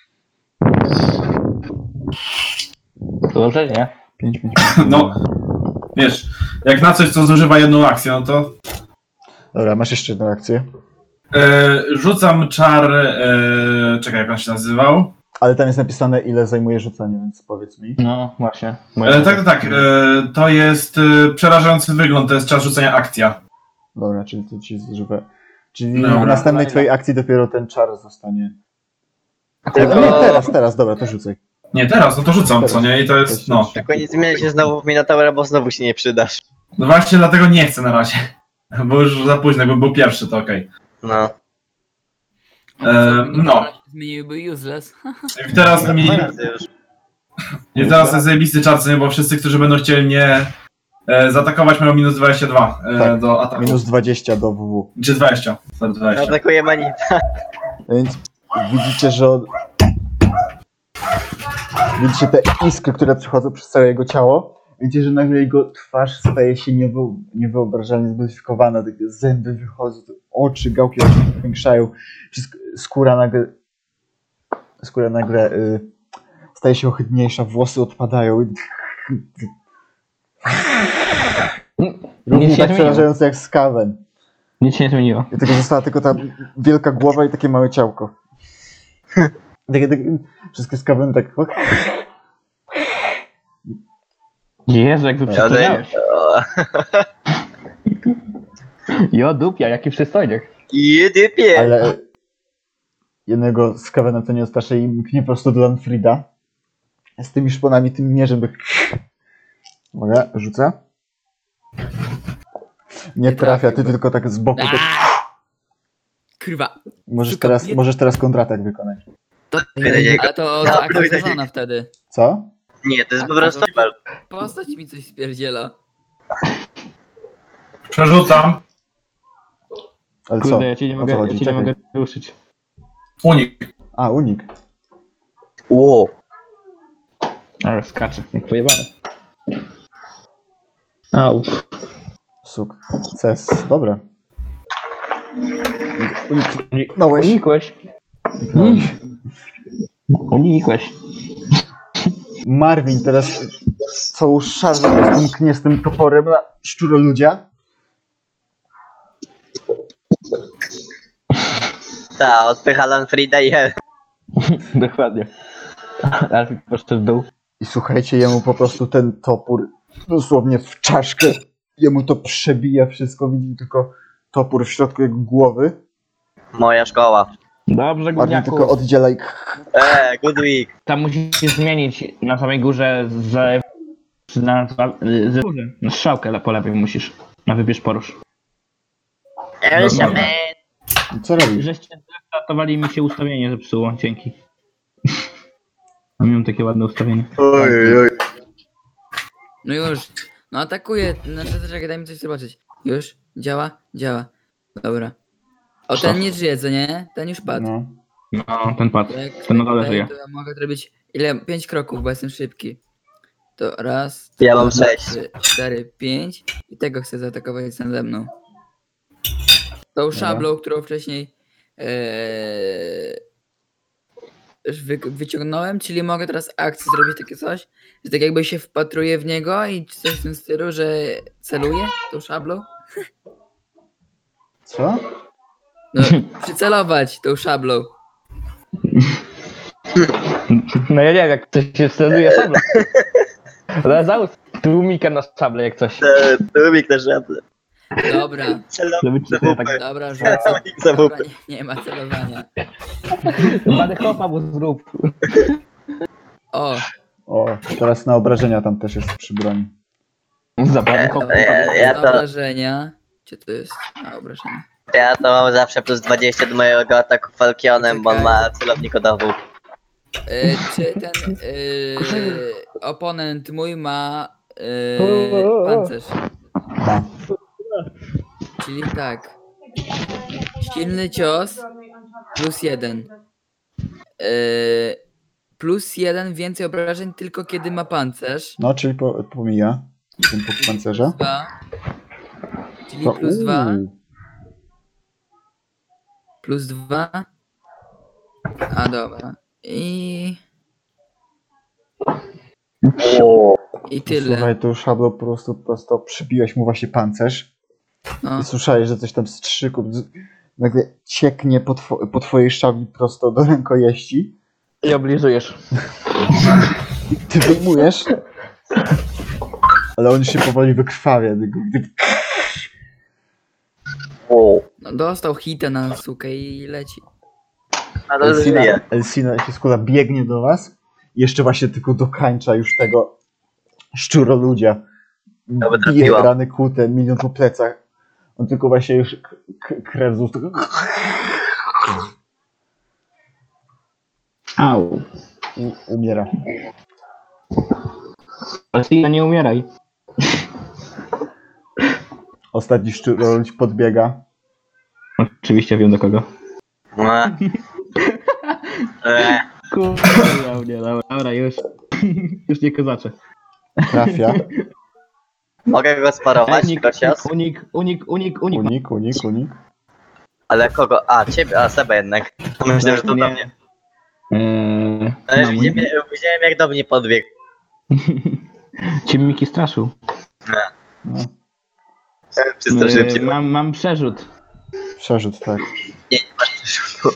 To dobrze, nie? 5. No. Wiesz, jak na coś, co zużywa jedną akcję, no to... Dobra, masz jeszcze jedną akcję. Rzucam czar... czekaj, jak on się nazywał? Ale tam jest napisane, ile zajmuje rzucanie, więc powiedz mi. No, właśnie. Tak. To jest przerażający wygląd, to jest czas rzucenia akcja. Dobra, czyli to ci zużywa. Czyli Dobra. w następnej twojej akcji dopiero ten czar zostanie. Tylko, Nie, teraz, dobra, to rzucaj. Nie, teraz, no to rzucam, co nie? I to jest, no. tylko nie zmieniaj się znowu w Minotaura, bo znowu się nie przydasz. No właśnie dlatego nie chcę na razie. Bo już za późno, jakby był pierwszy, to okej. No. No. Zmieniłby useless. I teraz mi... Już. I teraz jest zajebisty czar, co nie? Bo wszyscy, którzy będą chcieli mnie zaatakować, mają minus 22 Tak. do ataku. Minus 20 do WW. Czy 20? Sorry, 20. Atakuje Manita. Więc widzicie, że widzicie te iskry, które przechodzą przez całe jego ciało. Widzicie, że nagle jego twarz staje się niewyobrażalnie zmodyfikowana. Takie zęby wychodzą, oczy, gałki oczy się powiększają. Skóra nagle staje się ohydniejsza, włosy odpadają. Równie Nic się tak nie zmieniło. przerażające jak skawen. Nic się nie zmieniło. I tylko została tylko ta wielka głowa i takie małe ciałko. Wszystkie skaweny tak... Jezu, jak wy przystojniałeś. O, Jo, dupia, jaki przystojniak. Jedypie. Ale jednego z Kevena to nie odstraszy i mknie prosto do Lanfrida. Z tymi szponami, tym mierzem. Mogę? Rzucę? Nie trafia, ty tylko tak z boku. Tak... Kurwa. Możesz teraz kontratak wykonać. Ale to akcja zdarzona wtedy. Co? Nie, to jest po prostu... Postać mi coś spierdziela. Przerzucam. Ale co? Kurde, ja cię nie O co mogę, chodzi? ja cię nie Czekaj. mogę ruszyć. Unik. A, unik. Ło. Ale skaczę, jak pojebane. Au. Suk. Ces. Dobra. Uniknąłeś. Unikłeś. Unikłeś. Marvin teraz całą szarżę po prostu mknie z tym toporem na szczuroludzia. Ta, odpycha Lanfrida i Dokładnie. Alfik poszedł w dół. I słuchajcie, jemu po prostu ten topór dosłownie w czaszkę. Jemu to przebija wszystko, widzi tylko topór w środku jego głowy. moja szkoła. Dobrze, Marvin gówniaku. tylko oddziela i... Good week. Tam musisz zmienić na samej górze z strzałkę po lewej musisz. Na wybierz porusz. Co robisz? Żeście startowali mi się ustawienie zepsuło, dzięki. A miałem takie ładne ustawienie. No już. No atakuje. Znaczy, czekaj, daj mi coś zobaczyć. Już? Działa? Działa. Dobra. O, ten nie żyje, co nie? Ten już padł. No. No, ten padł. Jak Ten nadal tutaj, żyje. to ja mogę zrobić ile? 5 kroków, bo jestem szybki. To raz, Ja mam dwa, 6. 3, 4, 5 i tego chcę zaatakować nade mną. Tą szablą, którą wcześniej już wyciągnąłem, czyli mogę teraz akcję zrobić takie coś, że tak jakby się wpatruję w niego i coś w tym stylu, że celuję tą szablą. Co? No, przycelować tą szablą. No ja nie wiem, jak ktoś się stresuje szablą. Ale załóż tłumika na szablę jak coś. Tłumik na żable. Dobra, Żeby ci to tak... dobra, rzucę. Dobra, nie ma celowania. Będę chopa mu zrób. O, O, teraz na obrażenia tam też jest przy broni. Zabawny chopa. Ja na to, obrażenia. Gdzie to jest? Na obrażenia. ja to mam zawsze plus 20 do mojego ataku Falkionem, bo on ma celownik od obu. Czy ten oponent mój ma pancerz? Ma. Czyli tak. Silny cios plus 1. Plus 1 więcej obrażeń tylko kiedy ma pancerz. No, czyli pomija ten punkt pancerza. 2. Czyli To, plus 2. uuu. Plus 2. A dobra. I tyle. Słuchaj, tą szablą po prostu prosto przybiłeś mu właśnie pancerz. No. I słyszałeś, że coś tam strzyku nagle cieknie po twojej szabli prosto do rękojeści. I oblizujesz. Ty wyjmujesz. Ale on się powoli wykrwawia. No, dostał hitę na sukę i leci. A to żyje. Elsina się składa, biegnie do was. I jeszcze właśnie tylko dokańcza już tego szczuroludzia. by Bije trafiła. rany kłute, milion po plecach. On tylko właśnie już krew z ust. Au. Umiera. Ale ty nie umieraj. Ostatni szczuroludź podbiega. Oczywiście wiem do kogo. No. Kurwa, nie, dobra, już. Już nie kozaczę. Trafia. Mogę go sparować, Unik, Grocios? unik. Unik. Ale kogo? A, ciebie, a Seba jednak. Myślałem, że to do Nie. mnie. Ale Mam widziałem jak do mnie podbiegł. Cię Miki straszył. No, Przestraszyłem cię. Mam przerzut. przerzut, tak. Nie masz przerzutu.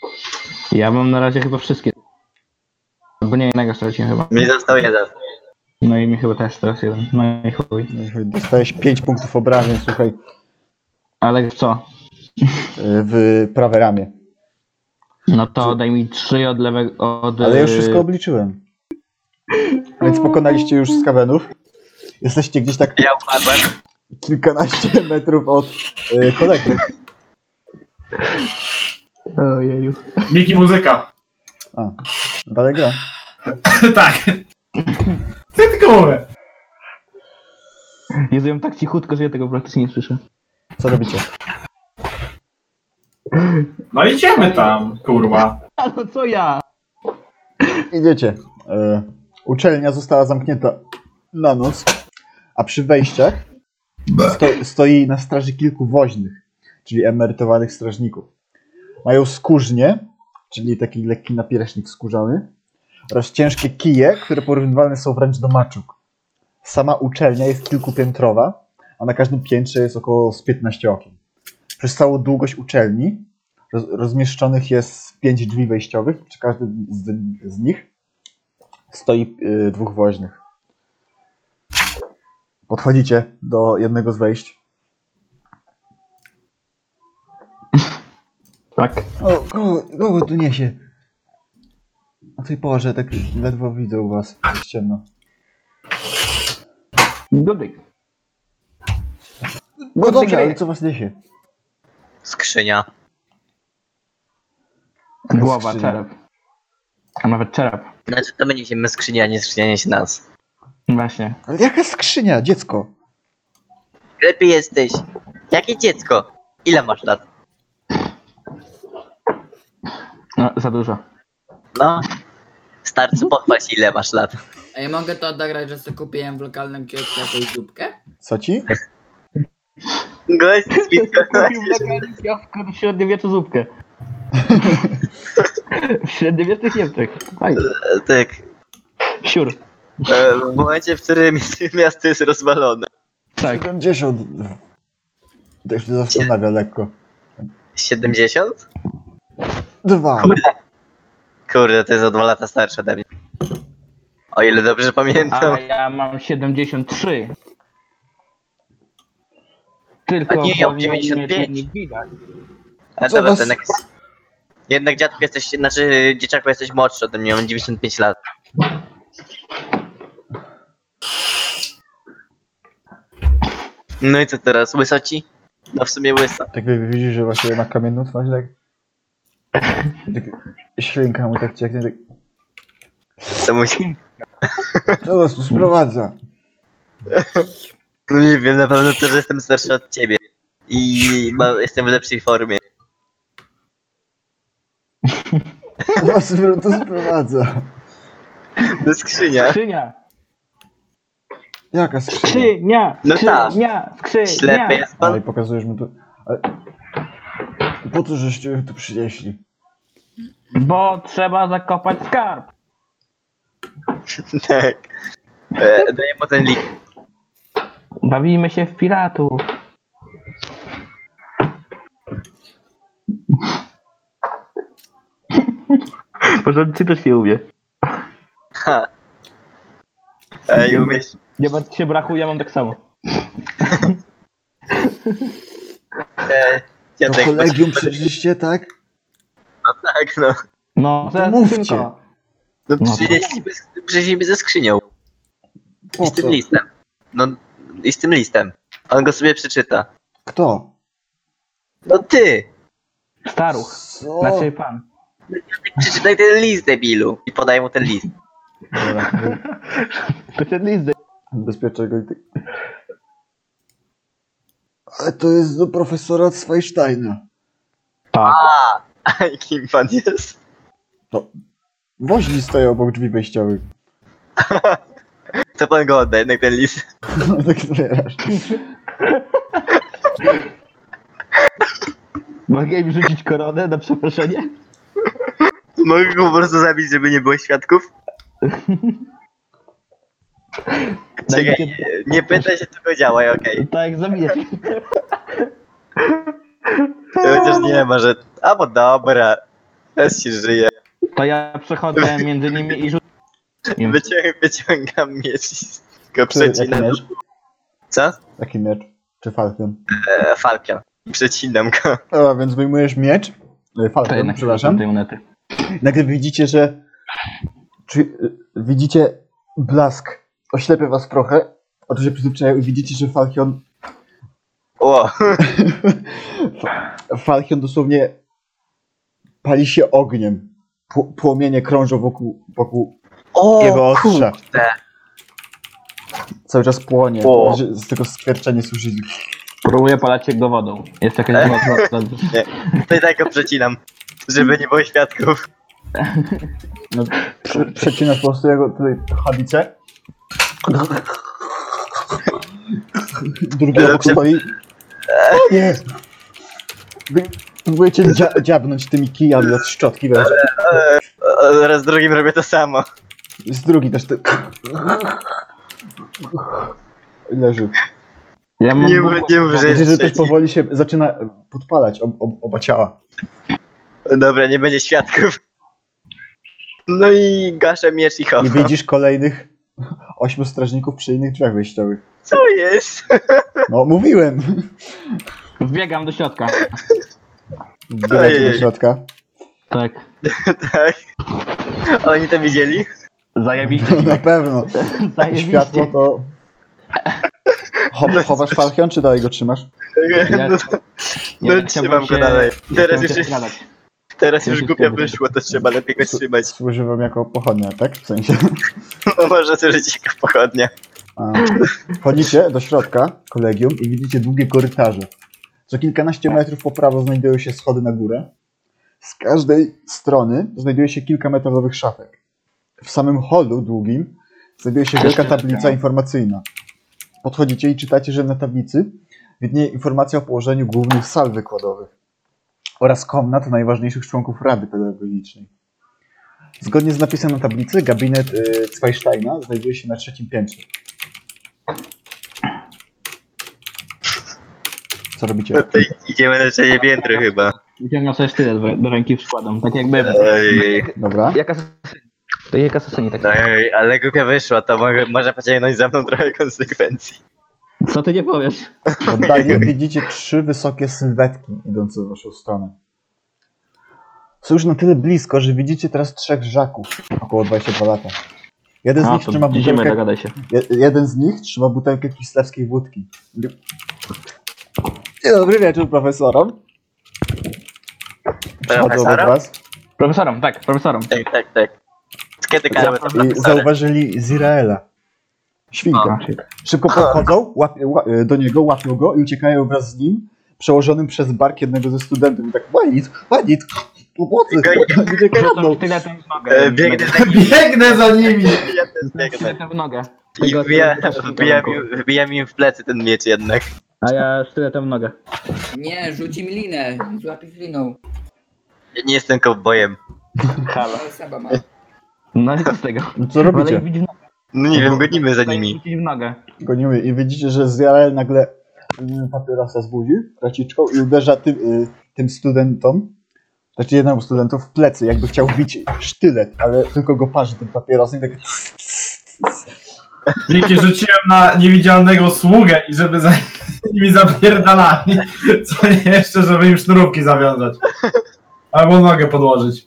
Ja mam na razie chyba wszystkie. Albo nie, jednego straciłem chyba. Mi został jeden. No i mi chyba też teraz jeden. No i chuj. Dostałeś 5 punktów obrażeń, słuchaj, Ale co? w prawe ramię. No to daj mi 3 od lewego, od... Ale ja już wszystko obliczyłem. Więc pokonaliście już skawenów. Jesteście gdzieś tak Ja upadłem. kilkanaście metrów od kolekty. Ojeju. Miki muzyka. A, dalej gra. Tak. Co ja tylko mówię? Jezu, ja mam tak cichutko, że ja tego praktycznie nie słyszę. Co robicie? No idziemy tam, kurwa. A no co ja? Idziecie. Uczelnia została zamknięta na noc, a przy wejściach stoi na straży kilku woźnych, czyli emerytowanych strażników. Mają skórznie, czyli taki lekki napierśnik skórzany, oraz ciężkie kije, które porównywalne są wręcz do maczug. Sama uczelnia jest kilkupiętrowa, a na każdym piętrze jest około z 15 okien. Przez całą długość uczelni rozmieszczonych jest 5 drzwi wejściowych. Przy każdym z nich stoi 2 woźnych. Podchodzicie do jednego z wejść. Tak. O, kogo tu niesie? O tej porze tak ledwo widzę u was. Jest ciemno. Dobry. No dobrze, ale co was niesie? Skrzynia. Głowa, Skrzynia. czerep. A nawet czerep. Znaczy to my niesiemy skrzynię, a nie skrzynia niesie nas. Właśnie. Ale jaka skrzynia, dziecko? Lepiej jesteś. Jakie dziecko? Ile masz lat? No, za dużo. No. Starcu, pochwal się, ile masz lat. A ja mogę to odegrać, że sobie kupiłem w lokalnym kiosku jakąś zupkę? Co ci? Gość z W średniowieczu zupkę. W średniowiecznych Niemczech. Fajnie. Tak. Siur. W momencie, w którym miasto jest rozwalone. Tak. 70. To się zastanawia lekko. 70? 2. Kurde, to jest o 2 lata starsze ode mnie. O ile dobrze pamiętam. A ja mam 73. Tylko A nie, ja mam po 95. nie widać. Ale Co dobra, was- to jednak dziadku jesteś, znaczy dzieciaku jesteś młodszy ode mnie, mam 95 lat. No i co teraz, łyso ci? No w sumie łyso. Tak widzisz, że właśnie ma kamienną twarz, tak? Tak ślinka mu tak cieknie, tak... Co musi? Co was tu sprowadza? No nie wiem, na pewno to, że jestem starszy od ciebie. I jestem w lepszej formie. Co was tu sprowadza? To skrzynia. Skrzynia! Jaka skrzynia? Skrzynia! No tak. Skrzynia! Ślepy Skrzynia! jest No pan? i pokazujesz mu tu... Ale... Po co żeście tu przynieśli? Bo trzeba zakopać skarb. Tak. Daję mu ten link. Bawimy się w piratów. Porządnie też nie umie. Ha. Ej, umiesz? Nie ma się brachu, ja mam tak samo. Ja To tak, kolegium przyszliście, tak? no tak, no. No, to mówcie. szybko. No No. przynieśliśmy ze skrzynią. Po I z tym co? listem. No, i z tym listem. On go sobie przeczyta. Kto? No ty! Staruch. Co? Znaczy pan. Przeczytaj ten list, debilu. I podaj mu ten list. Dobra, To ten list. bezpiecznego i tak... Ale to jest do profesora Zweisteina. Tak. A kim pan jest? Woźni stoją obok drzwi wejściowych. To pan go odda, jednak ten list. No tak zbierasz. Mogę im rzucić koronę na przeproszenie? Mogę go po prostu zabić, żeby nie było świadków? Czekaj, nie pytaj się, tylko działaj, okej. Tak, jak zabijesz. Chociaż nie, może... A bo dobra. Teraz się żyje. To ja przechodzę między nimi i rzucam. Wyciągam miecz i go Czy jaki przecinam. miecz? Co? Jaki miecz? Czy falcon? Falcon. Przecinam go. O, więc wyjmujesz miecz. To Falcon, jednak przepraszam. tej monety. Nagle widzicie, że... widzicie blask. Oślepia was trochę. Oczy się przyzwyczajają i widzicie, że Falcon... O, Falcon dosłownie pali się ogniem. Płomienie krążą wokół jego ostrza. kurde. Cały czas płonie. O. Z tego skwierczenie słyszycie. Próbuję palać się go wodą. Jest jakaś woda. To i tak go przecinam. Żeby nie było świadków. No, przecinasz po prostu jego tutaj habicę. Drugi obok stoi. O nie! Próbujecie dziabnąć tymi kijami od szczotki, wiesz. Raz drugim robię to samo. Z drugi też ty... Leży. Ja mam Nie mów, że Widzicie, że jest też trzeci. powoli się zaczyna podpalać oba ciała. Dobra, nie będzie świadków. No i gaszę miecz i I chowam. widzisz kolejnych 8 strażników przy innych drzwiach wyjściowych. Co jest? No, mówiłem! Wbiegam do środka. Wbiegacie do Ojej. środka. Tak. Tak. Oni to widzieli? Zajebiście. Na pewno. Zajebiście. Światło to... Chowasz Falchion, czy dalej go trzymasz? No, no trzymam go dalej. Teraz już głupio wyszło, to trzeba lepiej go trzymać. Służy wam jako pochodnia, tak? W sensie... No może służyć jako pochodnia. A. Wchodzicie do środka kolegium i widzicie długie korytarze. Co kilkanaście metrów po prawo znajdują się schody na górę. Z każdej strony znajduje się kilka metalowych szafek. W samym holu długim znajduje się wielka tablica informacyjna. Podchodzicie i czytacie, że na tablicy widnieje informacja o położeniu głównych sal wykładowych oraz komnat najważniejszych członków Rady Pedagogicznej. Zgodnie z napisem na tablicy, gabinet Zweisteina znajduje się na 3. piętrze. Co robicie? No to idziemy na trzecie piętro chyba. Wyciągam sobie sztylet do ręki wkładam. Tak jakby... Ej, Dobra. Jak asasyni, tak. ej, ale głupio wyszło, to może pociągnąć za mną trochę konsekwencji. Co ty nie powiesz? W oddali widzicie 3 wysokie sylwetki idące w waszą stronę. Są już na tyle blisko, że widzicie teraz 3 żaków, około 22 lata. Jeden z nich trzyma idziemy, butelkę, dogadaj się. jeden z nich trzyma butelkę kislewskiej wódki. Dzień dobry wieczór profesorom. Przychodzą do Profesorom? was Profesorom, tak, profesorom. Tak. Kiedy każemy to i profesorem? zauważyli Ziraela. Świnkę. Szybko podchodzą do niego, łapią go i uciekają wraz z nim, przełożonym przez bark jednego ze studentów. I tak, Wanit, pomocy, ludzie kradną. Sztyletem w nogę. Biegnę za nim, Biegnę za nimi! ja też biegnę. Sztyletem w nogę. I wbijam im w plecy ten miecz jednak. A ja sztyletem w nogę. Nie, rzuci mi linę. Złapi liną. Ja nie jestem kowbojem. Halo. Ale Seba ma. No i co z tego? No co robicie? Wolę ich widzieć w nogę. No nie wiem, gonimy za nimi. Wolę ich widzieć w nogę. Gonimy i widzicie, że Zirael nagle papierosa zbuzi kraciczką i uderza tym studentom, znaczy jednemu studentowi w plecy, jakby chciał wbić sztylet, ale tylko go parzy tym papierosem i tak... Dzięki rzuciłem na niewidzialnego sługę i żeby za nimi zapierdalali. Co nie jeszcze, żeby im sznurówki zawiązać. Albo nogę podłożyć.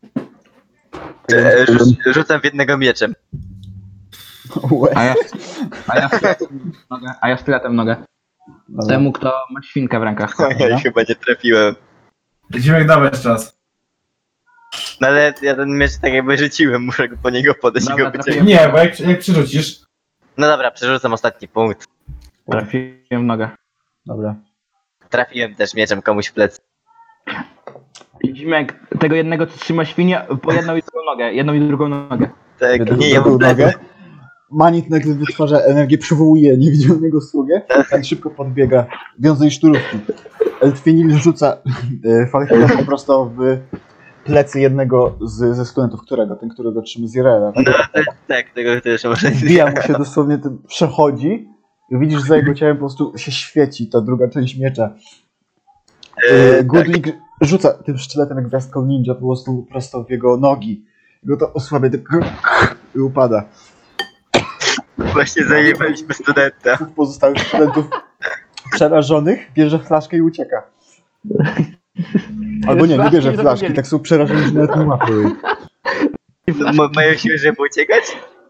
Rzucam w jednego mieczem. Łe. A ja sztyletem w nogę. Dobra. Temu, kto ma świnkę w rękach. Ja chyba nie trafiłem. Dzimek, dawaj jeszcze raz. No ale ja ten miecz tak jakby rzuciłem, muszę po niego podejść i Dobra, go trafiłem. wyciągnąć. Nie, bo jak przerzucisz... No dobra, przerzucam ostatni punkt. Trafiłem w nogę. Dobra. Trafiłem też mieczem komuś w plecy. I Dzimek, tego jednego, co trzyma świnię, po jedną i drugą nogę. Jedną i drugą nogę. Tak, nie, ja Drugą mam nogę. Manit nagle wytwarza energię, przywołuje niewidzialnego sługę, ten szybko podbiega, wiąże jej szturówki. Eltwinil rzuca Falchiona prosto w plecy jednego ze studentów, ten, którego trzyma Ziraela. Tak? No tak, tego też może Wbija mu się dosłownie, ten przechodzi i widzisz, że za jego ciałem po prostu się świeci ta druga część miecza. Goodlik rzuca tym sztyletem jak gwiazdką ninja po prostu prosto w jego nogi. Go to osłabia, tak i upada. Właśnie zajebaliśmy studenta. Dwóch pozostałych studentów przerażonych bierze flaszkę i ucieka. Albo nie bierze flaszki, tak są przerażeni, że nawet nie łapią jej. Mają siłę, żeby uciekać?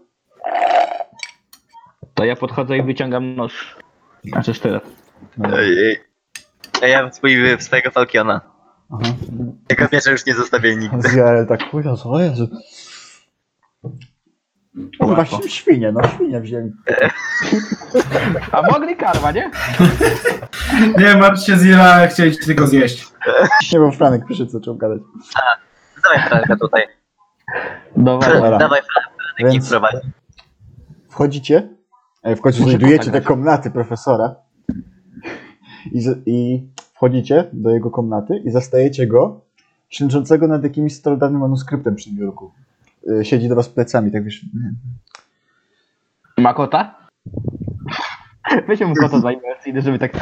To ja podchodzę i wyciągam nóż. Znaczy sztylet. Ojej. A ja swojego Falkiona. Aha. Tego miecza już nie zostawię nigdy. Zjarel tak, o Jezu. Chyba świnie, no świnie wzięli. A mogli karma, nie? Nie martw się, Zira, chcieli ci tylko zjeść. Nie, bo Franek przyszedł, zaczął gadać. Dawaj Franka tutaj. Dobra. Dawaj Franek, niech Więc prowadzi. wchodzicie, w końcu Muszę znajdujecie te pogadać. komnaty profesora i wchodzicie do jego komnaty i zastajecie go księżącego nad jakimś starodawnym manuskryptem przy biurku. Siedzi do was plecami, tak wiesz. Ma kota? Weźmy mu kota za imersyjny, żeby tak...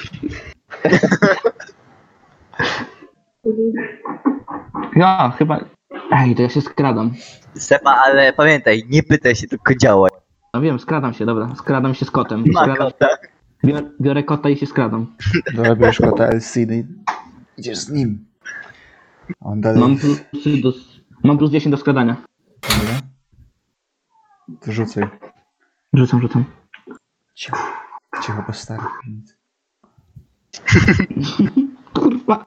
Ja, chyba... Ej, to ja się skradam. Sepa, ale pamiętaj, nie pytaj się, tylko działaj. No wiem, skradam się, dobra. Skradam się z kotem. Ma Skradam, kota. biorę kota i się skradam. Dobra, bierzesz kota Elsidy i idziesz z nim. A on dalej... Mam plus 10 do skradania. Dobra. To rzucaj. Rzucam. Cicho, cicho, bo stary. Kurwa.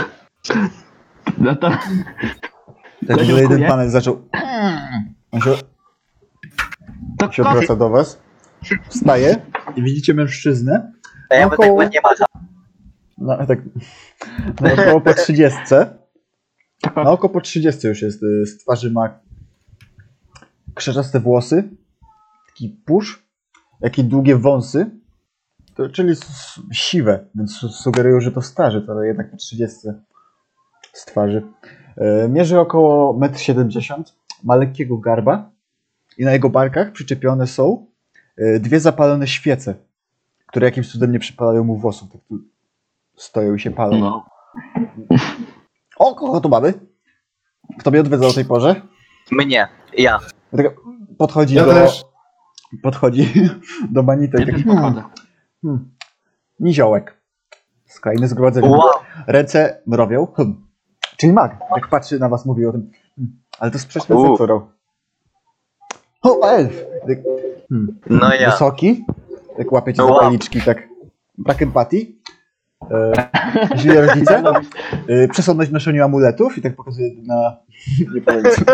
No to... Tak w ogóle jeden panel zaczął... On się To się obraca do was, wstaje i widzicie mężczyznę, A ja mu tak Około- ładnie macham. no, tak, no, około po 30, na oko po 30 już jest, z twarzy ma krzaczaste włosy, taki pusz, jakie długie wąsy, czyli siwe, więc sugerują, że to starzy, ale jednak po 30 z twarzy. Mierzy około 1,70 m, ma lekkiego garba i na jego barkach przyczepione są dwie zapalone świece, które jakimś cudem nie przypalają mu włosów, tak tu stoją i się palą. No. O, kogo tu mamy? Kto mnie odwiedza o tej porze? Mnie, ja. Tak podchodzi Ja do... też. Podchodzi do Manita Ja i też taki... podchodzę. Niziołek. Skrajne zgromadzenie. Wow. Ręce mrowią. Czyli mag. Jak patrzy na was, mówi o tym. Ale to sprzeczne z naturą. O, elf! Tak, No ja. wysoki. Tak łapiecie Wow. zapalniczki, tak. Brak empatii. Źli rodzice. Przesądność w noszeniu amuletów i tak pokazuje na... Nie powiem co.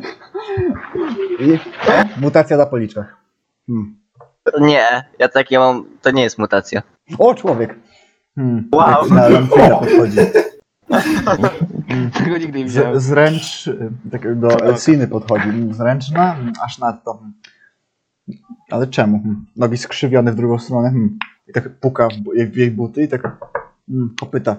I mutacja na policzkach. Nie, ja takie mam, to nie jest mutacja. O, człowiek! Wow. Tak na Lamfira podchodzi. Tego nigdy nie widziałem. Zręcz, tak do Elsiny podchodzi. Zręczna, aż nadto. Ale czemu? Nogi skrzywione w drugą stronę. I tak puka w jej buty i tak popyta.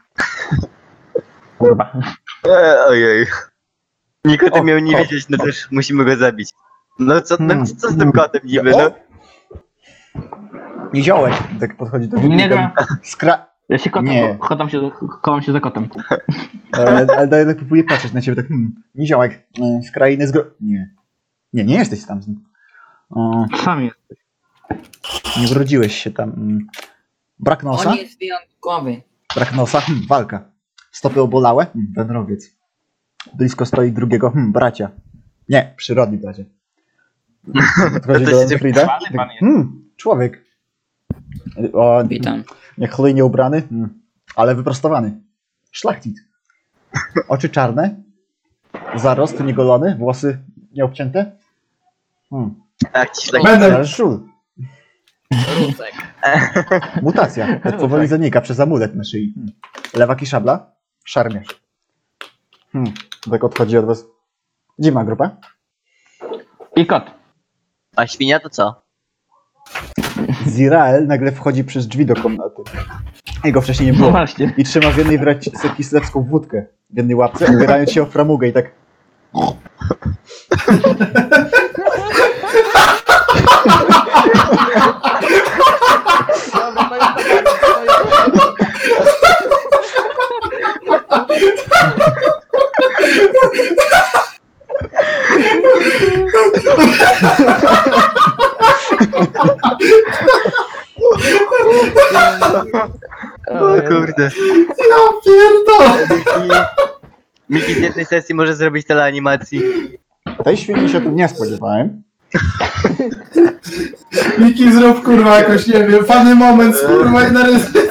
Kurwa. Ojej. Nikt o tym O, miał nie o. wiedzieć, no też musimy go zabić. No co, co z tym kotem niby, O! no? Niziołek! Tak podchodzi do Nie ten Ja się Nie. chowam się za kotem. ale jednak próbuje patrzeć na ciebie tak. Niziołek, z krainy Nie. Nie jesteś tam. Sam jest. Nie urodziłeś się tam. Brak nosa? On jest wyjątkowy. Brak nosa? Walka. Stopy obolałe? Wędrowiec. Blisko stoi drugiego. Bracia. Nie, przyrodni bracia. Podchodzi To do się Frida. pan jest. Człowiek. O, Witam. niechlujnie ubrany, ale wyprostowany. Szlachcic. Oczy czarne. Zarost niegolony. Włosy nieobcięte. Tak, ci źle. Będę. Ale szul. Rusek. Mutacja. Tak powoli zanika przez amulet na szyi. Lewak i szabla. Szarmiarz. Tak odchodzi od was. Gdzie ma grupa? I kot. A świnia to co? Zirael nagle wchodzi przez drzwi do komnaty. Jego wcześniej nie No było. właśnie. I trzyma w jednej wręczce kislewską wódkę. W jednej łapce, opierając się o framugę i tak... O kurde. Ja pierdolę! Miki z jednej sesji może zrobić tyle animacji. Tej świni się tu nie spodziewałem. Miki, zrób kurwa jakoś, nie wiem, fany moment, kurwa i narysuj.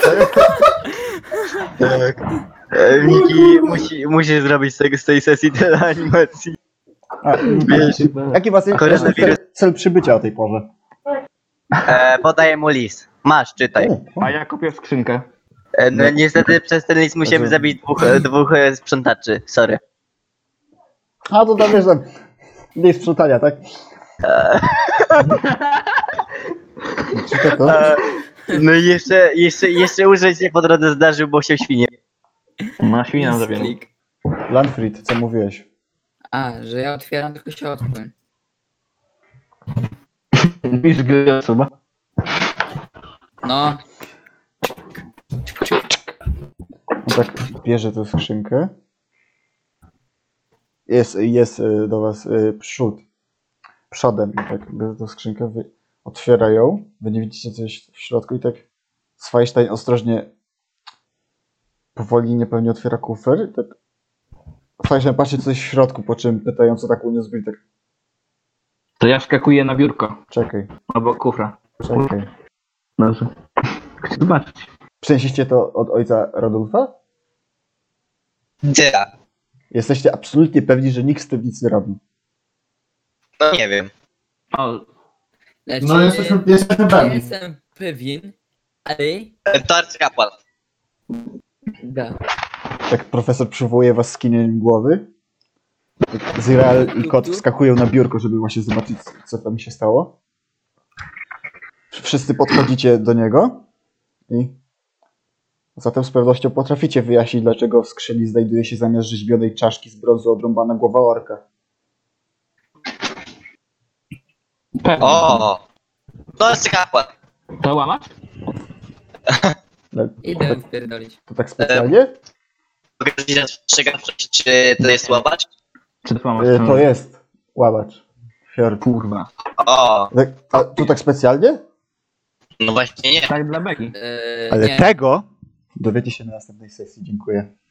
Miki, musisz zrobić z tej sesji tyle animacji. A, Wiesz, jaki was jest Koronawirus. cel przybycia o tej porze? podaję mu list. Masz, czytaj. A ja kupię skrzynkę. No niestety przez ten list musimy zabić dwóch sprzątaczy, sorry. A to tam wiesz, tam nie sprzątania, tak? Czy to? No i jeszcze użyć się po drodze zdarzył, bo się świnie. No świnia zrobię. Klik. Landfried, co mówiłeś? A, że ja otwieram tylko środkiem. Widzisz gry osoba? No, No tak, bierze tę skrzynkę. Jest do was przodem. I tak bierze tę skrzynkę, wy otwiera ją. Wy nie widzicie coś w środku i tak Swajstein ostrożnie powoli, niepewnie otwiera kufer. I tak Swajstein patrzy coś w środku, po czym pytająco tak uniósł i tak To ja wskakuję na biurko. czekaj, Albo kufra. czekaj. Dobrze. Chcę zobaczyć. Przenieśliście to od ojca Rodolfa? Ja. Jesteście absolutnie pewni, że nikt z tym nic nie robi. No nie wiem. O, znaczy, No jesteśmy nie pewni. jestem pewien, ale To arcykapłan. da. Tak profesor przywołuje was skinieniem głowy. Tak Zirael i kot wskakują na biurko, żeby właśnie zobaczyć, co tam się stało. Wszyscy podchodzicie do niego i zatem z pewnością potraficie wyjaśnić, dlaczego w skrzyni znajduje się zamiast rzeźbionej czaszki z brązu odrąbana głowa orka. pewnie. O! To arcykapłan. To łamać? Ale Idę wpierdolić. to tak specjalnie? Mogę powiedzieć strzegawczość, czy to jest łapacz? Czy to łamać? To jest łamacz. Fjord. Kurwa. O! Tak, a tu tak specjalnie? No właśnie nie. Tak dla beki. Ale nie. tego dowiecie się na następnej sesji. Dziękuję.